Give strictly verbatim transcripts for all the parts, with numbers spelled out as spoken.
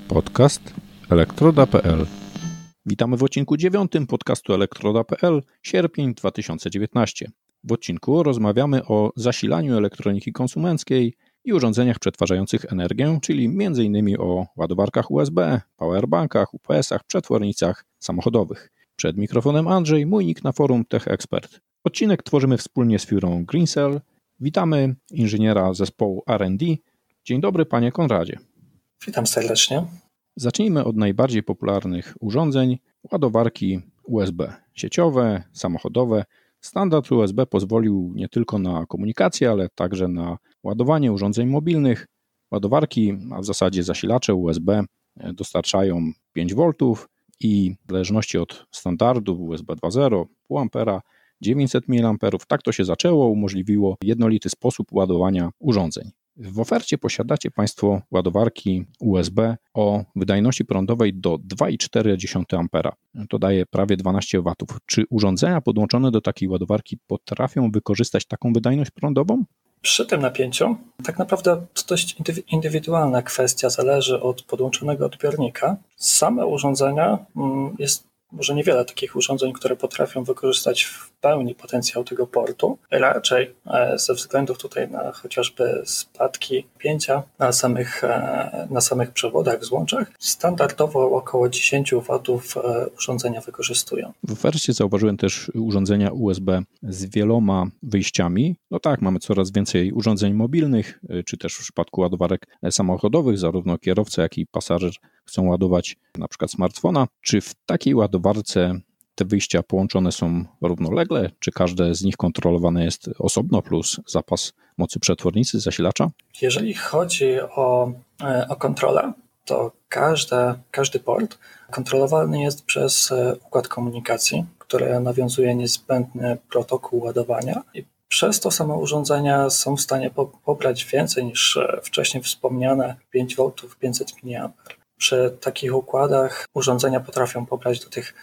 Podcast elektroda kropka p l. Witamy w odcinku dziewiątym podcastu elektroda kropka p l, sierpień dwa tysiące dziewiętnasty. W odcinku rozmawiamy o zasilaniu elektroniki konsumenckiej i urządzeniach przetwarzających energię, czyli między innymi o ładowarkach U S B, powerbankach, U P S-ach, przetwornicach samochodowych. Przed mikrofonem Andrzej, mój nick na forum TechExpert. Odcinek tworzymy wspólnie z firmą Greencell. Witamy inżyniera zespołu R and D. Dzień dobry, panie Konradzie. Witam serdecznie. Zacznijmy od najbardziej popularnych urządzeń, ładowarki U S B. Sieciowe, samochodowe. Standard U S B pozwolił nie tylko na komunikację, ale także na ładowanie urządzeń mobilnych. Ładowarki, a w zasadzie zasilacze U S B dostarczają pięć woltów i w zależności od standardu U S B dwa zero, pół ampera, dziewięćset miliamperów, tak to się zaczęło, umożliwiło jednolity sposób ładowania urządzeń. W ofercie posiadacie Państwo ładowarki U S B o wydajności prądowej do dwa przecinek cztery ampera. To daje prawie dwanaście watów. Czy urządzenia podłączone do takiej ładowarki potrafią wykorzystać taką wydajność prądową? Przy tym napięciu tak naprawdę to dość indywidualna kwestia, zależy od podłączonego odbiornika. Same urządzenia, jest może niewiele takich urządzeń, które potrafią wykorzystać w pełni potencjał tego portu. Raczej ze względów tutaj na chociażby spadki napięcia na samych, na samych przewodach, złączach, standardowo około dziesięć watów urządzenia wykorzystują. W ofercie zauważyłem też urządzenia U S B z wieloma wyjściami. No tak, mamy coraz więcej urządzeń mobilnych, czy też w przypadku ładowarek samochodowych, zarówno kierowca, jak i pasażer chcą ładować na przykład smartfona. Czy w takiej ładowarce te wyjścia połączone są równolegle? Czy każde z nich kontrolowane jest osobno plus zapas mocy przetwornicy, zasilacza? Jeżeli chodzi o, o kontrolę, to każde, każdy port kontrolowany jest przez układ komunikacji, który nawiązuje niezbędny protokół ładowania i przez to same urządzenia są w stanie po, pobrać więcej niż wcześniej wspomniane pięć woltów, pięćset miliamperów. Przy takich układach urządzenia potrafią pobrać do tych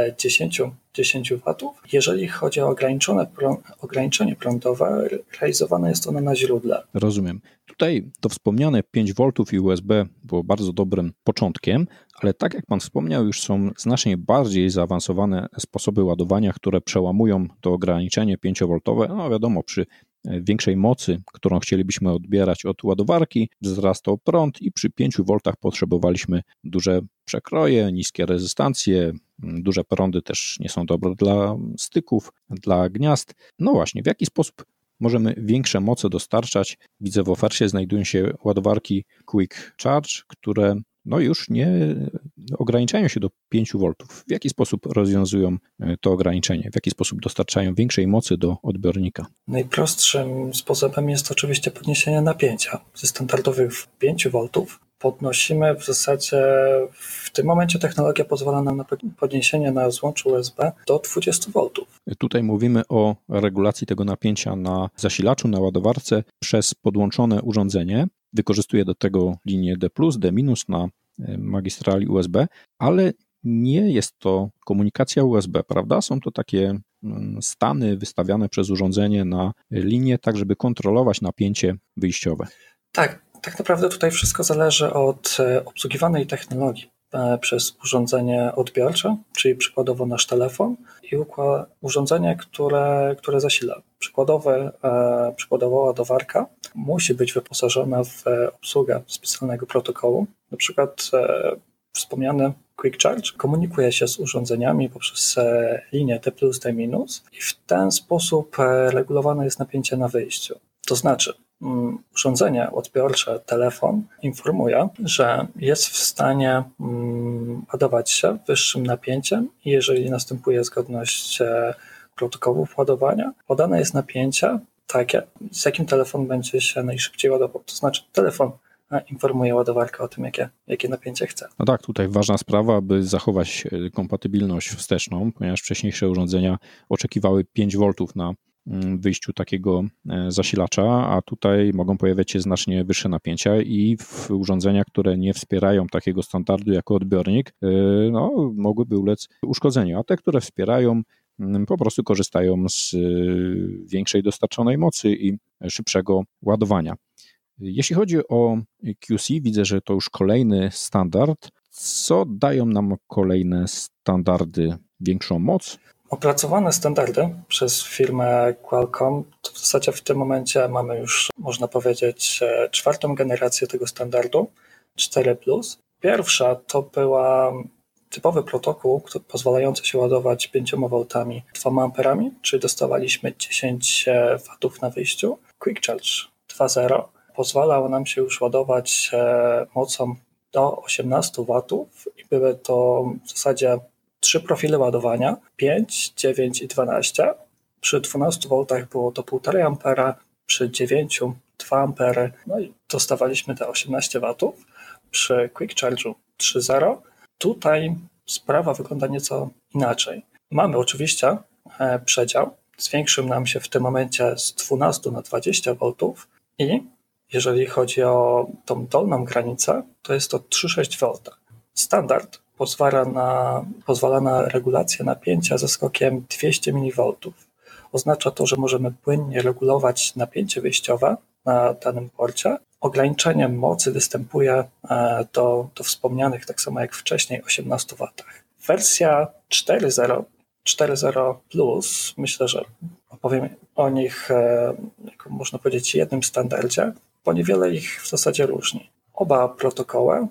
dziesięć watów. Jeżeli chodzi o ograniczone, ograniczenie prądowe, realizowane jest ono na źródle. Rozumiem. Tutaj to wspomniane pięć woltów i U S B było bardzo dobrym początkiem, ale tak jak pan wspomniał, już są znacznie bardziej zaawansowane sposoby ładowania, które przełamują to ograniczenie pięciowoltowe. No wiadomo, przy większej mocy, którą chcielibyśmy odbierać od ładowarki, wzrastał prąd i przy pięciu woltach potrzebowaliśmy duże przekroje, niskie rezystancje, duże prądy też nie są dobre dla styków, dla gniazd. No właśnie, w jaki sposób możemy większe moce dostarczać? Widzę, w ofercie znajdują się ładowarki Quick Charge, które no już nie ograniczają się do pięciu woltów. W jaki sposób rozwiązują to ograniczenie? W jaki sposób dostarczają większej mocy do odbiornika? Najprostszym sposobem jest oczywiście podniesienie napięcia. Ze standardowych pięć woltów podnosimy w zasadzie, w tym momencie technologia pozwala nam na podniesienie na złączu U S B do dwadzieścia woltów. Tutaj mówimy o regulacji tego napięcia na zasilaczu, na ładowarce przez podłączone urządzenie. Wykorzystuje do tego linię D plus, D minus na magistrali U S B, ale nie jest to komunikacja U S B, prawda? Są to takie stany wystawiane przez urządzenie na linię, tak żeby kontrolować napięcie wyjściowe. Tak, tak naprawdę tutaj wszystko zależy od obsługiwanej technologii przez urządzenie odbiorcze, czyli przykładowo nasz telefon i urządzenie, które, które zasila. Przykładowe, przykładowa ładowarka musi być wyposażona w obsługę specjalnego protokołu. Na przykład wspomniany Quick Charge komunikuje się z urządzeniami poprzez linię D plus, D minus i w ten sposób regulowane jest napięcie na wyjściu. To znaczy, urządzenie odbiorcze, telefon informuje, że jest w stanie ładować się wyższym napięciem i jeżeli następuje zgodność protokołów ładowania, podane jest napięcie takie, z jakim telefon będzie się najszybciej ładował. To znaczy telefon informuje ładowarkę o tym, jakie, jakie napięcie chce. No tak, tutaj ważna sprawa, by zachować kompatybilność wsteczną, ponieważ wcześniejsze urządzenia oczekiwały pięć woltów na wyjściu takiego zasilacza, a tutaj mogą pojawiać się znacznie wyższe napięcia i w urządzeniach, które nie wspierają takiego standardu jako odbiornik, no, mogłyby ulec uszkodzeniu, a te, które wspierają, po prostu korzystają z większej dostarczonej mocy i szybszego ładowania. Jeśli chodzi o Q C, widzę, że to już kolejny standard. Co dają nam kolejne standardy? Większą moc? Opracowane standardy przez firmę Qualcomm, to w zasadzie w tym momencie mamy już, można powiedzieć, czwartą generację tego standardu, cztery plus. Pierwsza to była typowy protokół, który pozwalający się ładować pięcioma voltami, dwoma amperami, czyli dostawaliśmy dziesięć watów na wyjściu. Quick Charge dwa zero pozwalał nam się już ładować mocą do osiemnaście watów i były to w zasadzie trzy profile ładowania, pięć, dziewięć i dwanaście. Przy dwunastu voltach było to półtora ampera, przy dziewięciu dwa ampery, no i dostawaliśmy te osiemnaście watów. Przy Quick Charge'u trzy zero. Tutaj sprawa wygląda nieco inaczej. Mamy oczywiście przedział, zwiększył nam się w tym momencie z dwunastu na dwadzieścia voltów i jeżeli chodzi o tą dolną granicę, to jest to trzy przecinek sześć wolta. Standard pozwala na, pozwala na regulację napięcia ze skokiem dwieście milivoltów. Oznacza to, że możemy płynnie regulować napięcie wyjściowe na danym porcie. Ograniczeniem mocy występuje do, do wspomnianych, tak samo jak wcześniej, osiemnaście watach. Wersja cztery zero, cztery zero plus, myślę, że opowiem o nich, jak można powiedzieć, jednym standardzie, bo niewiele ich w zasadzie różni. Oba protokoły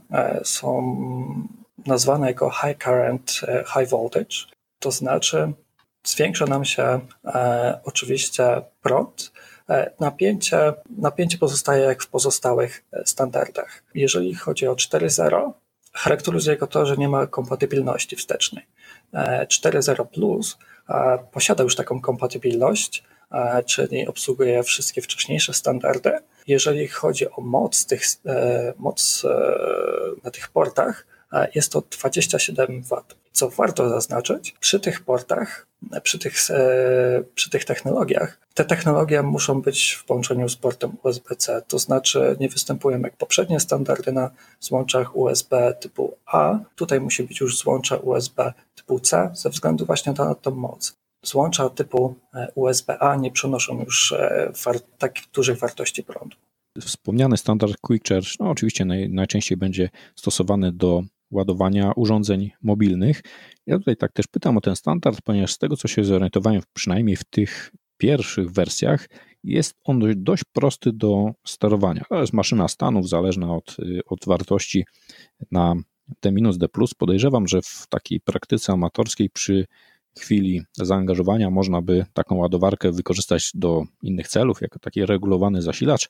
są nazwane jako High Current, High Voltage, to znaczy zwiększa nam się e, oczywiście prąd, e, napięcie, napięcie pozostaje jak w pozostałych standardach. Jeżeli chodzi o cztery zero, charakteryzuje go to, że nie ma kompatybilności wstecznej. E, cztery zero plus e, posiada już taką kompatybilność, e, czyli obsługuje wszystkie wcześniejsze standardy. Jeżeli chodzi o moc, tych, e, moc e, na tych portach, jest to dwadzieścia siedem watów. Co warto zaznaczyć, przy tych portach, przy tych, przy tych technologiach, te technologie muszą być w połączeniu z portem U S B C, to znaczy nie występują jak poprzednie standardy na złączach U S B typu A. Tutaj musi być już złącze U S B typu C ze względu właśnie na tą moc. Złącza typu U S B A nie przenoszą już war- tak dużych wartości prądu. Wspomniany standard Quick Charge, no oczywiście naj, najczęściej będzie stosowany do ładowania urządzeń mobilnych. Ja tutaj tak też pytam o ten standard, ponieważ z tego, co się zorientowałem, przynajmniej w tych pierwszych wersjach, jest on dość, dość prosty do sterowania. To jest maszyna stanów zależna od, od wartości na D minus D plus. Podejrzewam, że w takiej praktyce amatorskiej przy chwili zaangażowania można by taką ładowarkę wykorzystać do innych celów, jako taki regulowany zasilacz,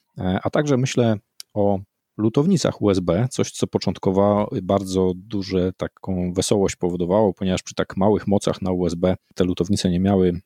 a także myślę o lutownicach U S B, coś co początkowo bardzo duże taką wesołość powodowało, ponieważ przy tak małych mocach na U S B te lutownice nie miały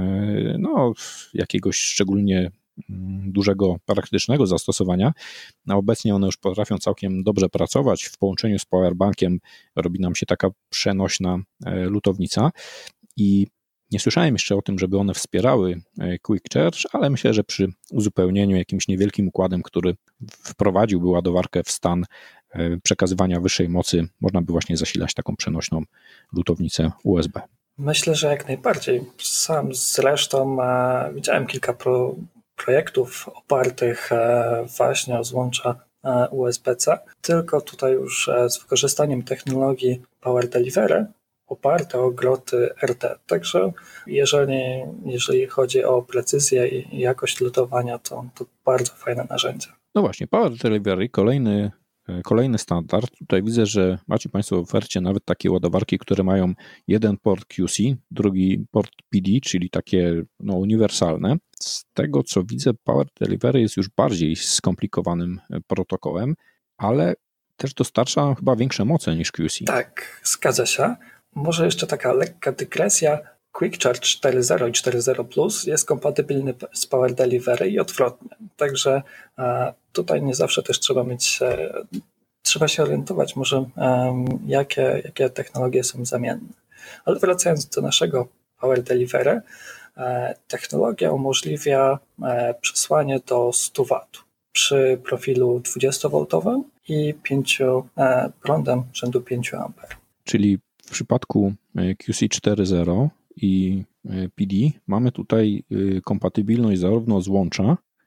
no, jakiegoś szczególnie dużego praktycznego zastosowania. A obecnie one już potrafią całkiem dobrze pracować. W połączeniu z powerbankiem robi nam się taka przenośna lutownica i nie słyszałem jeszcze o tym, żeby one wspierały Quick Charge, ale myślę, że przy uzupełnieniu jakimś niewielkim układem, który wprowadziłby ładowarkę w stan przekazywania wyższej mocy, można by właśnie zasilać taką przenośną lutownicę U S B. Myślę, że jak najbardziej. Sam zresztą e, widziałem kilka pro, projektów opartych e, właśnie o złącza e, U S B C, tylko tutaj już e, z wykorzystaniem technologii Power Delivery oparte o groty R T. Także jeżeli, jeżeli chodzi o precyzję i jakość lutowania, to, to bardzo fajne narzędzie. No właśnie, Power Delivery, kolejny, kolejny standard. Tutaj widzę, że macie Państwo w ofercie nawet takie ładowarki, które mają jeden port Q C, drugi port P D, czyli takie no, uniwersalne. Z tego, co widzę, Power Delivery jest już bardziej skomplikowanym protokołem, ale też dostarcza chyba większe moce niż Q C. Tak, zgadza się. Może jeszcze taka lekka dygresja. Quick Charge cztery zero i cztery zero plus jest kompatybilny z Power Delivery i odwrotnie. Także tutaj nie zawsze też trzeba mieć, trzeba się orientować może jakie, jakie technologie są zamienne. Ale wracając do naszego Power Delivery, technologia umożliwia przesłanie do stu watów przy profilu dwudziestowoltowym i pięciu, prądem rzędu pięciu amperów. Czyli w przypadku Q C cztery zero i P D mamy tutaj kompatybilność zarówno złącza,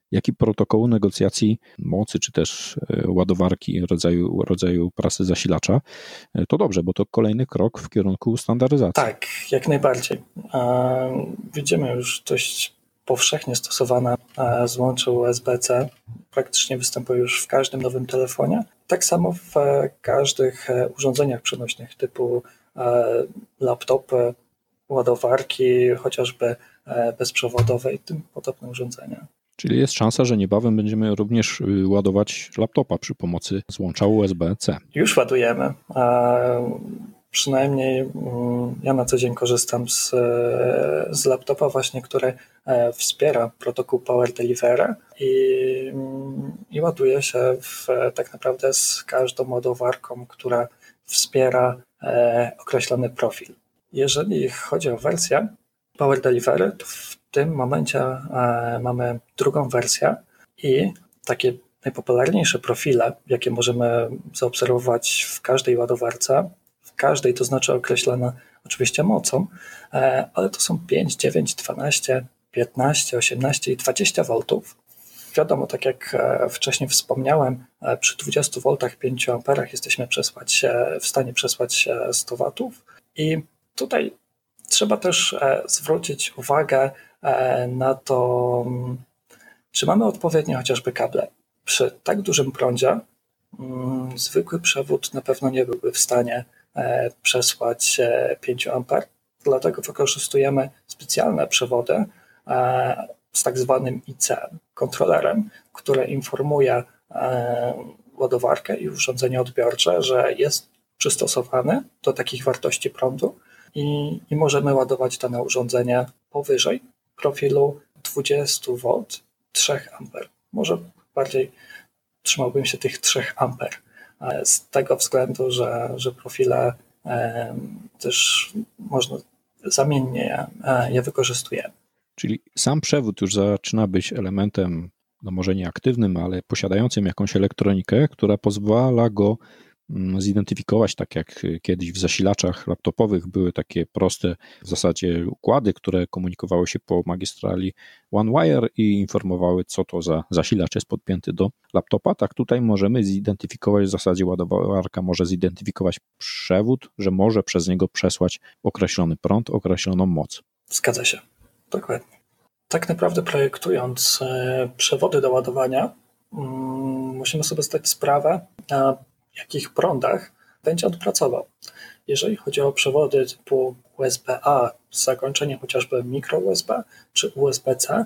jak i protokołu negocjacji mocy, czy też ładowarki rodzaju, rodzaju prasy zasilacza, to dobrze, bo to kolejny krok w kierunku standaryzacji. Tak, jak najbardziej. Widzimy już dość powszechnie stosowane złącze U S B C. Praktycznie występuje już w każdym nowym telefonie. Tak samo w każdych urządzeniach przenośnych typu laptopy, ładowarki, chociażby bezprzewodowe i tym podobne urządzenia. Czyli jest szansa, że niebawem będziemy również ładować laptopa przy pomocy złącza U S B C. Już ładujemy. Przynajmniej ja na co dzień korzystam z, z laptopa właśnie, który wspiera protokół Power Delivery i, i ładuje się w, tak naprawdę z każdą ładowarką, która wspiera określony profil. Jeżeli chodzi o wersję Power Delivery, to w tym momencie mamy drugą wersję i takie najpopularniejsze profile, jakie możemy zaobserwować w każdej ładowarce, w każdej to znaczy określone oczywiście mocą, ale to są pięć, dziewięć, dwanaście, piętnaście, osiemnaście i dwadzieścia woltów. Wiadomo, tak jak wcześniej wspomniałem, przy dwudziestu woltach, pięciu amperach jesteśmy przesłać, w stanie przesłać sto watów i tutaj trzeba też zwrócić uwagę na to, czy mamy odpowiednie chociażby kable. Przy tak dużym prądzie zwykły przewód na pewno nie byłby w stanie przesłać pięciu amper, dlatego wykorzystujemy specjalne przewody z tak zwanym I C, kontrolerem, które informuje ładowarkę i urządzenie odbiorcze, że jest przystosowany do takich wartości prądu i, i możemy ładować dane urządzenie powyżej profilu dwadzieścia wolt, trzy amper. Może bardziej trzymałbym się tych trzy amper. Z tego względu, że, że profile e, też można zamiennie je, je wykorzystujemy. Czyli sam przewód już zaczyna być elementem, no może nie aktywnym, ale posiadającym jakąś elektronikę, która pozwala go zidentyfikować, tak jak kiedyś w zasilaczach laptopowych były takie proste w zasadzie układy, które komunikowały się po magistrali OneWire i informowały, co to za zasilacz jest podpięty do laptopa. Tak tutaj możemy zidentyfikować, w zasadzie ładowarka może zidentyfikować przewód, że może przez niego przesłać określony prąd, określoną moc. Zgadza się, dokładnie. Tak naprawdę projektując przewody do ładowania, musimy sobie zdać sprawę, na jakich prądach będzie on pracował. Jeżeli chodzi o przewody typu U S B A z zakończeniem chociażby mikro U S B czy U S B C,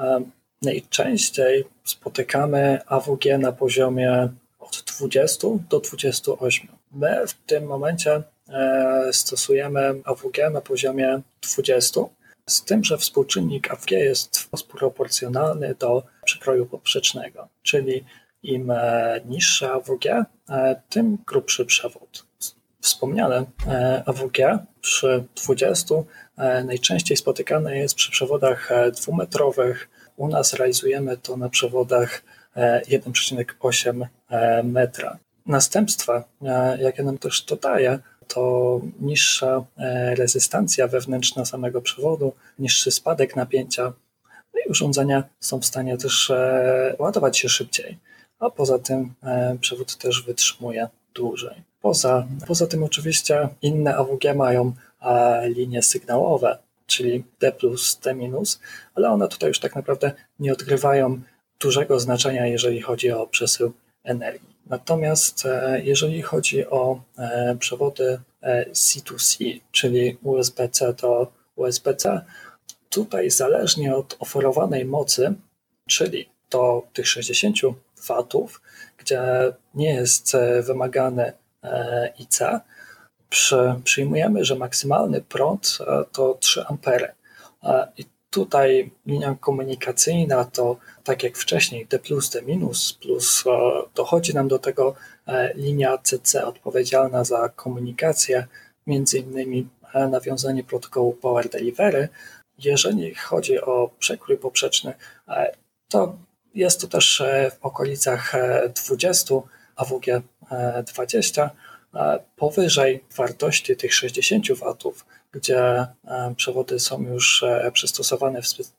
najczęściej spotykamy A W G na poziomie od dwudziestu do dwudziestu ośmiu. My w tym momencie stosujemy A W G na poziomie dwudziestu, z tym, że współczynnik A W G jest proporcjonalny do przekroju poprzecznego, czyli im niższe A W G, tym grubszy przewód. Wspomniane A W G przy dwudziestu najczęściej spotykane jest przy przewodach dwumetrowych. U nas realizujemy to na przewodach jeden przecinek osiem metra. Następstwa, jakie nam też to daje, to niższa rezystancja wewnętrzna samego przewodu, niższy spadek napięcia, no i urządzenia są w stanie też ładować się szybciej. A poza tym przewód też wytrzymuje dłużej. Poza, poza tym oczywiście inne A W G mają linie sygnałowe, czyli D plus, D minus, ale one tutaj już tak naprawdę nie odgrywają dużego znaczenia, jeżeli chodzi o przesył energii. Natomiast jeżeli chodzi o przewody C to C, czyli U S B C do U S B C, tutaj zależnie od oferowanej mocy, czyli do tych sześćdziesięciu watów, gdzie nie jest wymagany I C, przy, przyjmujemy, że maksymalny prąd to trzy ampery. I tutaj linia komunikacyjna to, tak jak wcześniej, D plus, D minus, plus dochodzi nam do tego linia C C odpowiedzialna za komunikację, między innymi nawiązanie protokołu Power Delivery. Jeżeli chodzi o przekrój poprzeczny, to jest to też w okolicach dwudziestu, A W G dwadzieścia, powyżej wartości tych sześćdziesięciu watów, gdzie przewody są już przystosowane w, spe-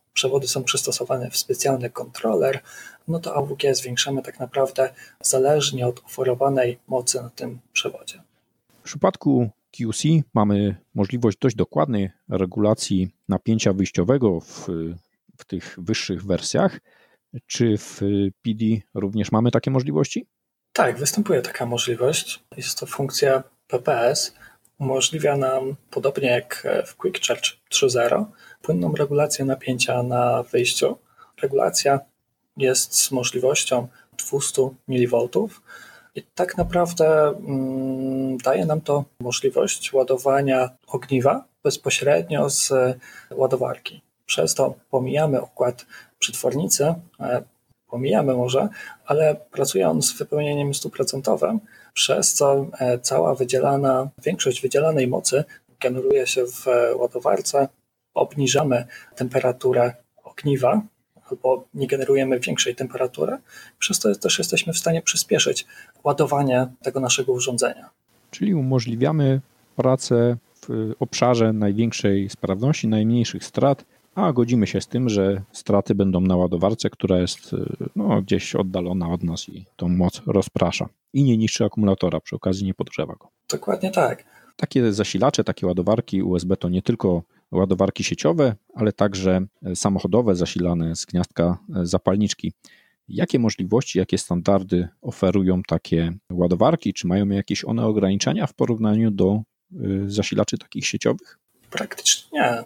przewody są przystosowane w specjalny kontroler, no to A W G zwiększamy tak naprawdę zależnie od oferowanej mocy na tym przewodzie. W przypadku Q C mamy możliwość dość dokładnej regulacji napięcia wyjściowego w, w tych wyższych wersjach. Czy w P D również mamy takie możliwości? Tak, występuje taka możliwość. Jest to funkcja P P S. Umożliwia nam, podobnie jak w Quick Charge trzy zero, płynną regulację napięcia na wyjściu. Regulacja jest z możliwością dwieście miliwoltów i tak naprawdę mm, daje nam to możliwość ładowania ogniwa bezpośrednio z ładowarki. Przez to pomijamy układ przetwornicy, pomijamy może, ale pracuje on z wypełnieniem stuprocentowym, przez co cała wydzielana, większość wydzielanej mocy generuje się w ładowarce, obniżamy temperaturę ogniwa, albo nie generujemy większej temperatury, przez to też jesteśmy w stanie przyspieszyć ładowanie tego naszego urządzenia. Czyli umożliwiamy pracę w obszarze największej sprawności, najmniejszych strat, a godzimy się z tym, że straty będą na ładowarce, która jest no, gdzieś oddalona od nas i tą moc rozprasza. I nie niszczy akumulatora, przy okazji nie podgrzewa go. Dokładnie tak. Takie zasilacze, takie ładowarki U S B to nie tylko ładowarki sieciowe, ale także samochodowe zasilane z gniazdka zapalniczki. Jakie możliwości, jakie standardy oferują takie ładowarki? Czy mają jakieś one ograniczenia w porównaniu do zasilaczy takich sieciowych? Praktycznie nie.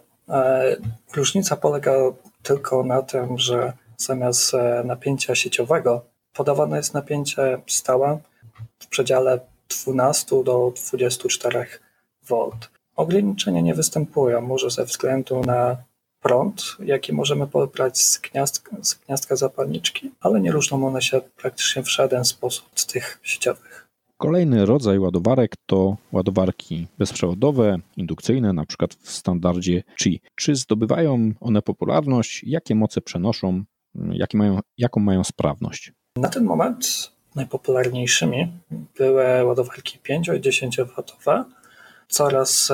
Różnica polega tylko na tym, że zamiast napięcia sieciowego podawane jest napięcie stałe w przedziale dwanaście do dwudziestu czterech wolt. Ograniczenia nie występują, może ze względu na prąd, jaki możemy pobrać z gniazdka, z gniazdka zapalniczki, ale nie różnią one się praktycznie w żaden sposób od tych sieciowych. Kolejny rodzaj ładowarek to ładowarki bezprzewodowe, indukcyjne, na przykład w standardzie Qi. Czy zdobywają one popularność? Jakie moce przenoszą? Jakie mają, jaką mają sprawność? Na ten moment najpopularniejszymi były ładowarki pięcio- i dziesięciowatowe. Coraz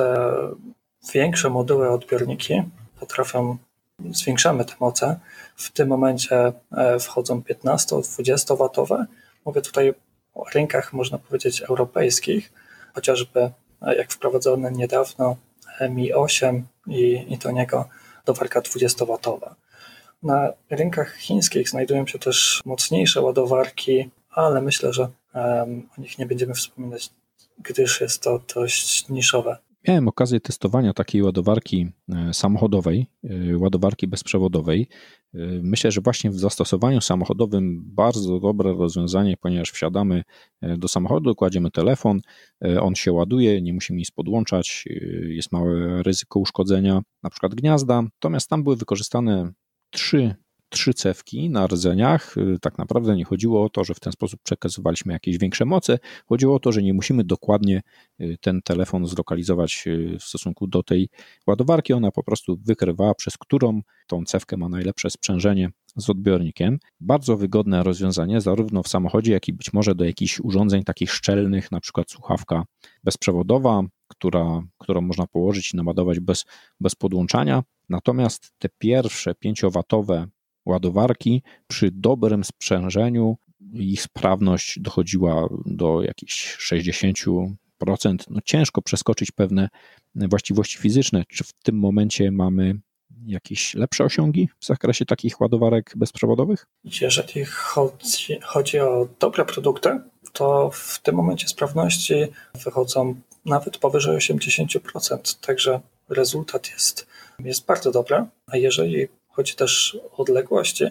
większe moduły odbiorniki potrafią, zwiększamy te moce. W tym momencie wchodzą piętnaście- i dwudziestowatowe. Mówię tutaj o rynkach, można powiedzieć, europejskich, chociażby jak wprowadzone niedawno Mi osiem i, i do niego ładowarka dwudziestowatowa. Na rynkach chińskich znajdują się też mocniejsze ładowarki, ale myślę, że um, o nich nie będziemy wspominać, gdyż jest to dość niszowe. Miałem okazję testowania takiej ładowarki samochodowej, ładowarki bezprzewodowej. Myślę, że właśnie w zastosowaniu samochodowym bardzo dobre rozwiązanie, ponieważ wsiadamy do samochodu, kładziemy telefon, on się ładuje, nie musimy nic podłączać, jest małe ryzyko uszkodzenia na przykład gniazda. Natomiast tam były wykorzystane trzy trzy cewki na rdzeniach. Tak naprawdę nie chodziło o to, że w ten sposób przekazywaliśmy jakieś większe moce. Chodziło o to, że nie musimy dokładnie ten telefon zlokalizować w stosunku do tej ładowarki. Ona po prostu wykrywała, przez którą tą cewkę ma najlepsze sprzężenie z odbiornikiem. Bardzo wygodne rozwiązanie, zarówno w samochodzie, jak i być może do jakichś urządzeń takich szczelnych, na przykład słuchawka bezprzewodowa, która, którą można położyć i naładować bez, bez podłączania. Natomiast te pierwsze pięciowatowe ładowarki przy dobrym sprzężeniu ich sprawność dochodziła do jakichś sześćdziesiąt procent. No ciężko przeskoczyć pewne właściwości fizyczne. Czy w tym momencie mamy jakieś lepsze osiągi w zakresie takich ładowarek bezprzewodowych? Jeżeli chodzi, chodzi o dobre produkty, to w tym momencie sprawności wychodzą nawet powyżej osiemdziesiąt procent, także rezultat jest, jest bardzo dobry. A jeżeli chodzi też o odległości,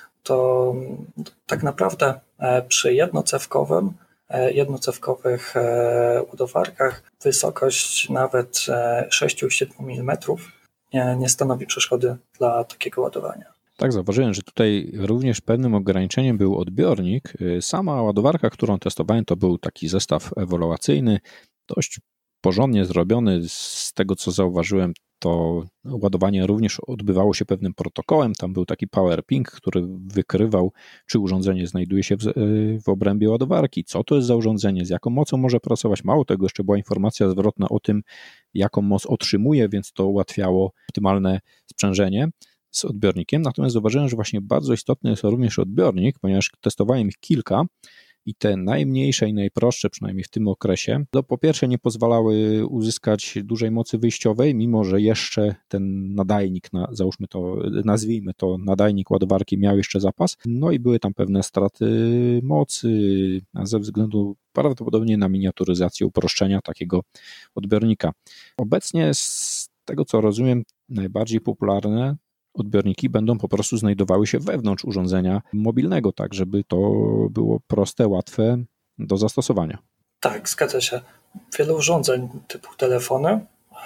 to tak naprawdę przy jednocewkowym, jednocewkowych ładowarkach wysokość nawet sześć do siedmiu milimetrów nie, nie stanowi przeszkody dla takiego ładowania. Tak, zauważyłem, że tutaj również pewnym ograniczeniem był odbiornik. Sama ładowarka, którą testowałem, to był taki zestaw ewaluacyjny, dość porządnie zrobiony. Z tego, co zauważyłem, to ładowanie również odbywało się pewnym protokołem. Tam był taki power ping, który wykrywał, czy urządzenie znajduje się w, w obrębie ładowarki, co to jest za urządzenie, z jaką mocą może pracować. Mało tego, jeszcze była informacja zwrotna o tym, jaką moc otrzymuje, więc to ułatwiało optymalne sprzężenie. z odbiornikiem, natomiast zauważyłem, że właśnie bardzo istotny jest również odbiornik, ponieważ testowałem ich kilka i te najmniejsze i najprostsze, przynajmniej w tym okresie, to po pierwsze nie pozwalały uzyskać dużej mocy wyjściowej, mimo że jeszcze ten nadajnik, na, załóżmy to, nazwijmy to nadajnik ładowarki miał jeszcze zapas, no i były tam pewne straty mocy ze względu prawdopodobnie na miniaturyzację, uproszczenia takiego odbiornika. Obecnie z tego co rozumiem najbardziej popularne odbiorniki będą po prostu znajdowały się wewnątrz urządzenia mobilnego, tak żeby to było proste, łatwe do zastosowania. Tak, zgadza się. Wiele urządzeń typu telefony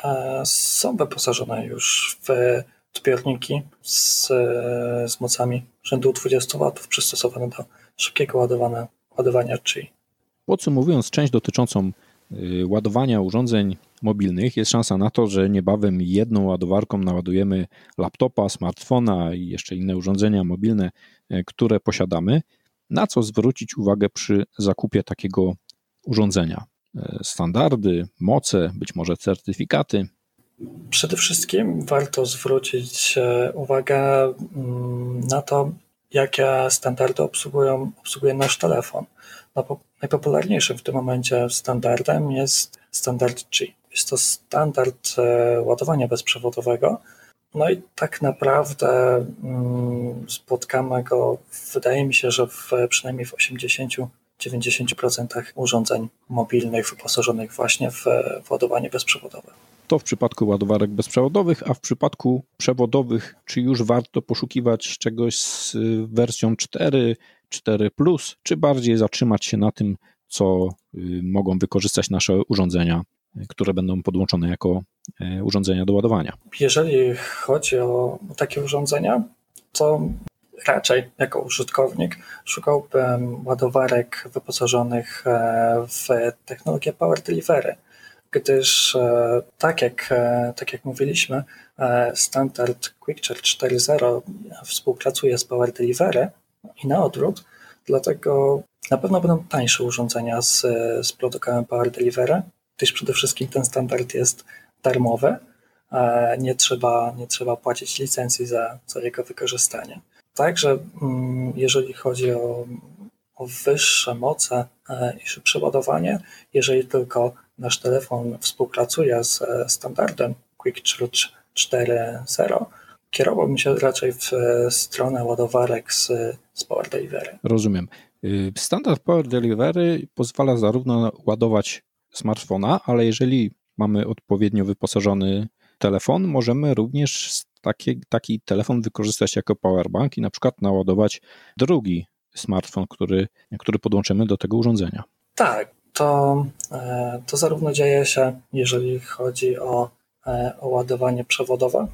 są wyposażone już w odbiorniki z, z mocami rzędu dwadzieścia watów przystosowane do szybkiego ładowania, ładowania czyli. Podsumowując część dotyczącą ładowania urządzeń mobilnych, jest szansa na to, że niebawem jedną ładowarką naładujemy laptopa, smartfona i jeszcze inne urządzenia mobilne, które posiadamy. Na co zwrócić uwagę przy zakupie takiego urządzenia? Standardy, moce, być może certyfikaty? Przede wszystkim warto zwrócić uwagę na to, jakie standardy obsługują, obsługuje nasz telefon. No, najpopularniejszym w tym momencie standardem jest standard G. Jest to standard ładowania bezprzewodowego. No i tak naprawdę mm, spotkamy go, wydaje mi się, że w, przynajmniej w osiemdziesiąt do dziewięćdziesięciu procent urządzeń mobilnych wyposażonych właśnie w, w ładowanie bezprzewodowe. To w przypadku ładowarek bezprzewodowych, a w przypadku przewodowych, czy już warto poszukiwać czegoś z wersją cztery, cztery plus, czy bardziej zatrzymać się na tym, co mogą wykorzystać nasze urządzenia, które będą podłączone jako urządzenia do ładowania? Jeżeli chodzi o takie urządzenia, to raczej jako użytkownik szukałbym ładowarek wyposażonych w technologię Power Delivery, gdyż tak jak, tak jak mówiliśmy, standard Quick Charge cztery zero współpracuje z Power Delivery i na odwrót, dlatego na pewno będą tańsze urządzenia z, z protokołem Power Delivery, gdyż przede wszystkim ten standard jest darmowy, nie trzeba, nie trzeba płacić licencji za, za jego wykorzystanie. Także jeżeli chodzi o, o wyższe moce i szybsze ładowanie, jeżeli tylko nasz telefon współpracuje z standardem Quick Charge cztery zero, kierowałbym się raczej w stronę ładowarek z, z Power Delivery. Rozumiem. Standard Power Delivery pozwala zarówno ładować smartfona, ale jeżeli mamy odpowiednio wyposażony telefon, możemy również taki, taki telefon wykorzystać jako powerbank i na przykład naładować drugi smartfon, który, który podłączymy do tego urządzenia. Tak, to, to zarówno dzieje się, jeżeli chodzi o, o ładowanie przewodowe.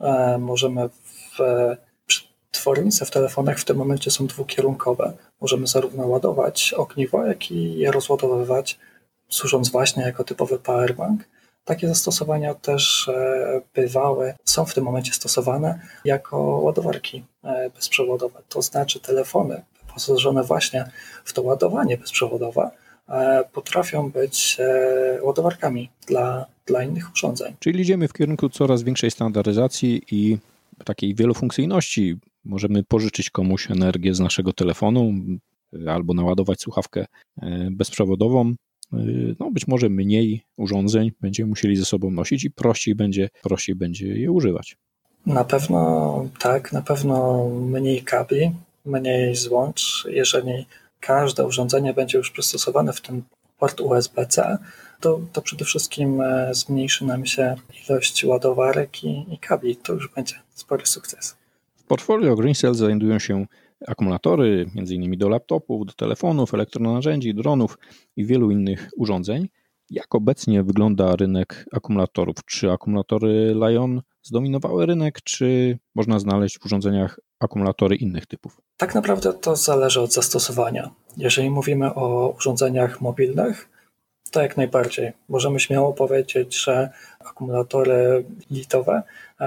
Możemy w twornice w telefonach w tym momencie są dwukierunkowe. Możemy zarówno ładować ogniwo, jak i je rozładowywać, służąc właśnie jako typowy powerbank. Takie zastosowania też bywały, są w tym momencie stosowane jako ładowarki bezprzewodowe. To znaczy telefony wyposażone właśnie w to ładowanie bezprzewodowe potrafią być ładowarkami dla, dla innych urządzeń. Czyli idziemy w kierunku coraz większej standaryzacji i takiej wielofunkcyjności. Możemy pożyczyć komuś energię z naszego telefonu albo naładować słuchawkę bezprzewodową. No, być może mniej urządzeń będziemy musieli ze sobą nosić i prościej będzie, prościej będzie je używać. Na pewno tak, na pewno mniej kabli, mniej złącz. Jeżeli każde urządzenie będzie już przystosowane w ten port U S B C, to, to przede wszystkim zmniejszy nam się ilość ładowarek i, i kabli. To już będzie spory sukces. W portfolio GreenCell znajdują się akumulatory, między innymi do laptopów, do telefonów, elektronarzędzi, dronów i wielu innych urządzeń. Jak obecnie wygląda rynek akumulatorów? Czy akumulatory Lion zdominowały rynek, czy można znaleźć w urządzeniach akumulatory innych typów? Tak naprawdę to zależy od zastosowania. Jeżeli mówimy o urządzeniach mobilnych, to jak najbardziej. Możemy śmiało powiedzieć, że akumulatory litowe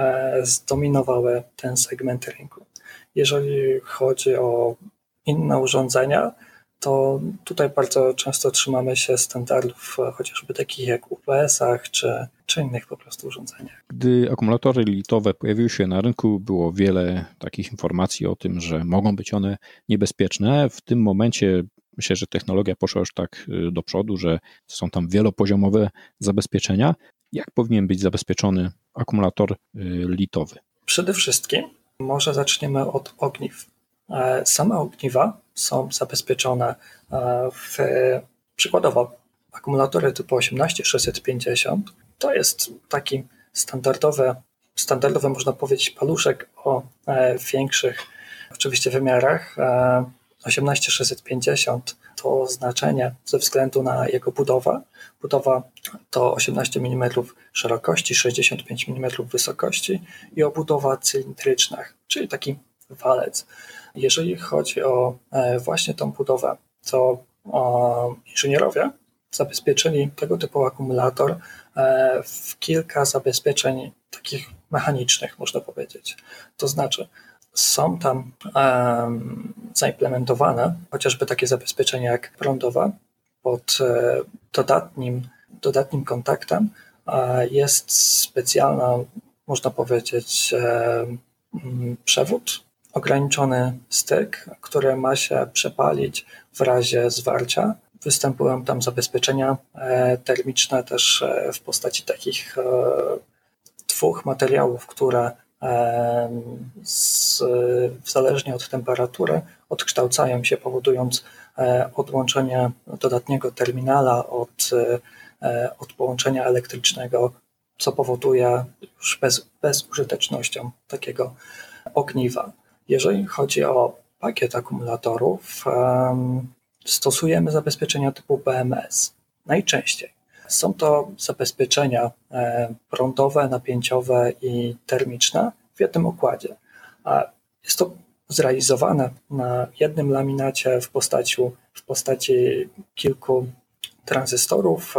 zdominowały ten segment rynku. Jeżeli chodzi o inne urządzenia, to tutaj bardzo często trzymamy się standardów chociażby takich jak U P S-ach czy, czy innych po prostu urządzeniach. Gdy akumulatory litowe pojawiły się na rynku, było wiele takich informacji o tym, że mogą być one niebezpieczne. W tym momencie myślę, że technologia poszła już tak do przodu, że są tam wielopoziomowe zabezpieczenia. Jak powinien być zabezpieczony akumulator litowy? Przede wszystkim może zaczniemy od ogniw. Same ogniwa są zabezpieczone w, przykładowo akumulatory typu osiemnaście sześćset pięćdziesiąt. To jest taki standardowy, standardowy można powiedzieć paluszek o większych oczywiście wymiarach. osiemnaście sześćset pięćdziesiąt to znaczenie ze względu na jego budowę. Budowa to osiemnaście milimetrów szerokości, sześćdziesiąt pięć milimetrów wysokości i obudowa cylindryczna, czyli taki walec. Jeżeli chodzi o właśnie tą budowę, to inżynierowie zabezpieczyli tego typu akumulator w kilka zabezpieczeń takich mechanicznych, można powiedzieć. To znaczy, są tam um, zaimplementowane chociażby takie zabezpieczenia jak prądowe. Pod e, dodatnim, dodatnim kontaktem e, jest specjalna, można powiedzieć, e, m, przewód, ograniczony styk, który ma się przepalić w razie zwarcia. Występują tam zabezpieczenia e, termiczne też e, w postaci takich e, dwóch materiałów, które Z, zależnie od temperatury odkształcają się, powodując odłączenie dodatniego terminala od, od połączenia elektrycznego, co powoduje już bez, bezużytecznością takiego ogniwa. Jeżeli chodzi o pakiet akumulatorów, stosujemy zabezpieczenia typu B M S najczęściej. Są to zabezpieczenia prądowe, napięciowe i termiczne w jednym układzie. Jest to zrealizowane na jednym laminacie w postaci, w postaci kilku tranzystorów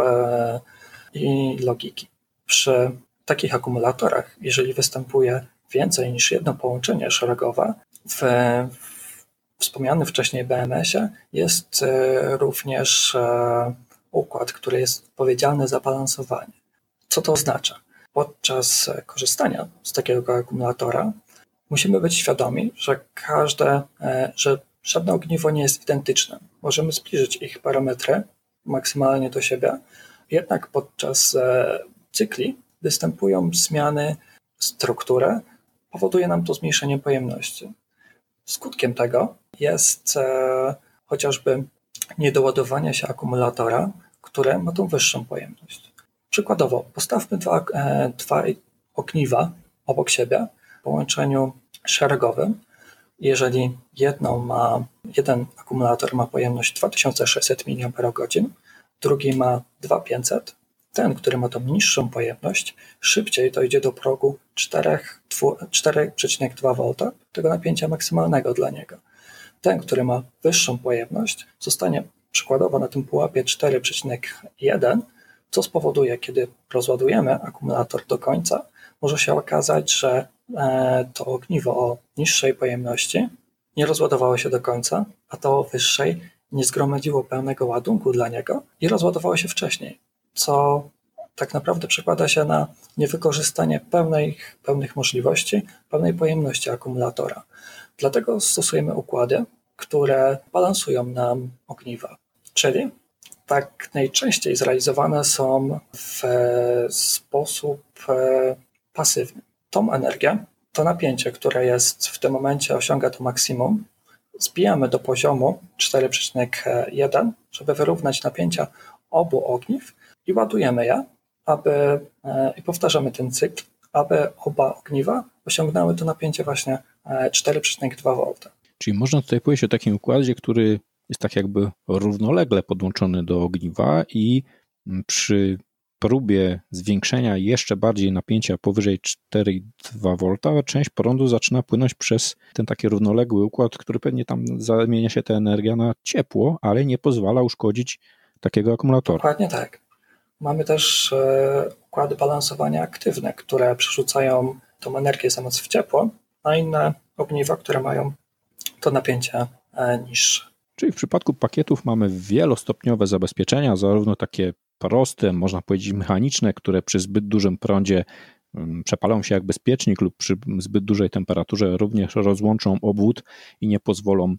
i logiki. Przy takich akumulatorach, jeżeli występuje więcej niż jedno połączenie szeregowe, w wspomnianym wcześniej B M S-ie jest również układ, który jest odpowiedzialny za balansowanie. Co to oznacza? Podczas korzystania z takiego akumulatora musimy być świadomi, że każde, że żadne ogniwo nie jest identyczne. Możemy zbliżyć ich parametry maksymalnie do siebie, jednak podczas cykli występują zmiany struktury, powoduje nam to zmniejszenie pojemności. Skutkiem tego jest chociażby niedoładowanie się akumulatora, które ma tą wyższą pojemność. Przykładowo, postawmy dwa, e, dwa ogniwa obok siebie w połączeniu szeregowym. Jeżeli jedną ma, jeden akumulator ma pojemność dwa tysiące sześćset miliamperogodzin, drugi ma dwa tysiące pięćset, ten, który ma tą niższą pojemność, szybciej dojdzie do progu cztery przecinek dwa wolta, tego napięcia maksymalnego dla niego. Ten, który ma wyższą pojemność, zostanie przykładowo na tym pułapie cztery przecinek jeden, co spowoduje, kiedy rozładujemy akumulator do końca, może się okazać, że to ogniwo o niższej pojemności nie rozładowało się do końca, a to o wyższej nie zgromadziło pełnego ładunku dla niego i rozładowało się wcześniej, co tak naprawdę przekłada się na niewykorzystanie pełnej, pełnych możliwości, pełnej pojemności akumulatora. Dlatego stosujemy układy, które balansują nam ogniwa, czyli tak najczęściej zrealizowane są w sposób pasywny. Tą energię, to napięcie, które jest w tym momencie osiąga to maksimum, zbijamy do poziomu cztery przecinek jeden, żeby wyrównać napięcia obu ogniw i ładujemy je, aby, i powtarzamy ten cykl, aby oba ogniwa osiągnęły to napięcie właśnie cztery przecinek dwa wolta. Czyli można tutaj powiedzieć o takim układzie, który jest tak jakby równolegle podłączony do ogniwa i przy próbie zwiększenia jeszcze bardziej napięcia powyżej cztery przecinek dwa wolta część prądu zaczyna płynąć przez ten taki równoległy układ, który pewnie tam zamienia się ta energia na ciepło, ale nie pozwala uszkodzić takiego akumulatora. Dokładnie tak. Mamy też układy balansowania aktywne, które przerzucają tą energię za moc w ciepło, a inne ogniwa, które mają to napięcie niższe. Czyli w przypadku pakietów mamy wielostopniowe zabezpieczenia, zarówno takie proste, można powiedzieć mechaniczne, które przy zbyt dużym prądzie przepalą się jak bezpiecznik lub przy zbyt dużej temperaturze również rozłączą obwód i nie pozwolą,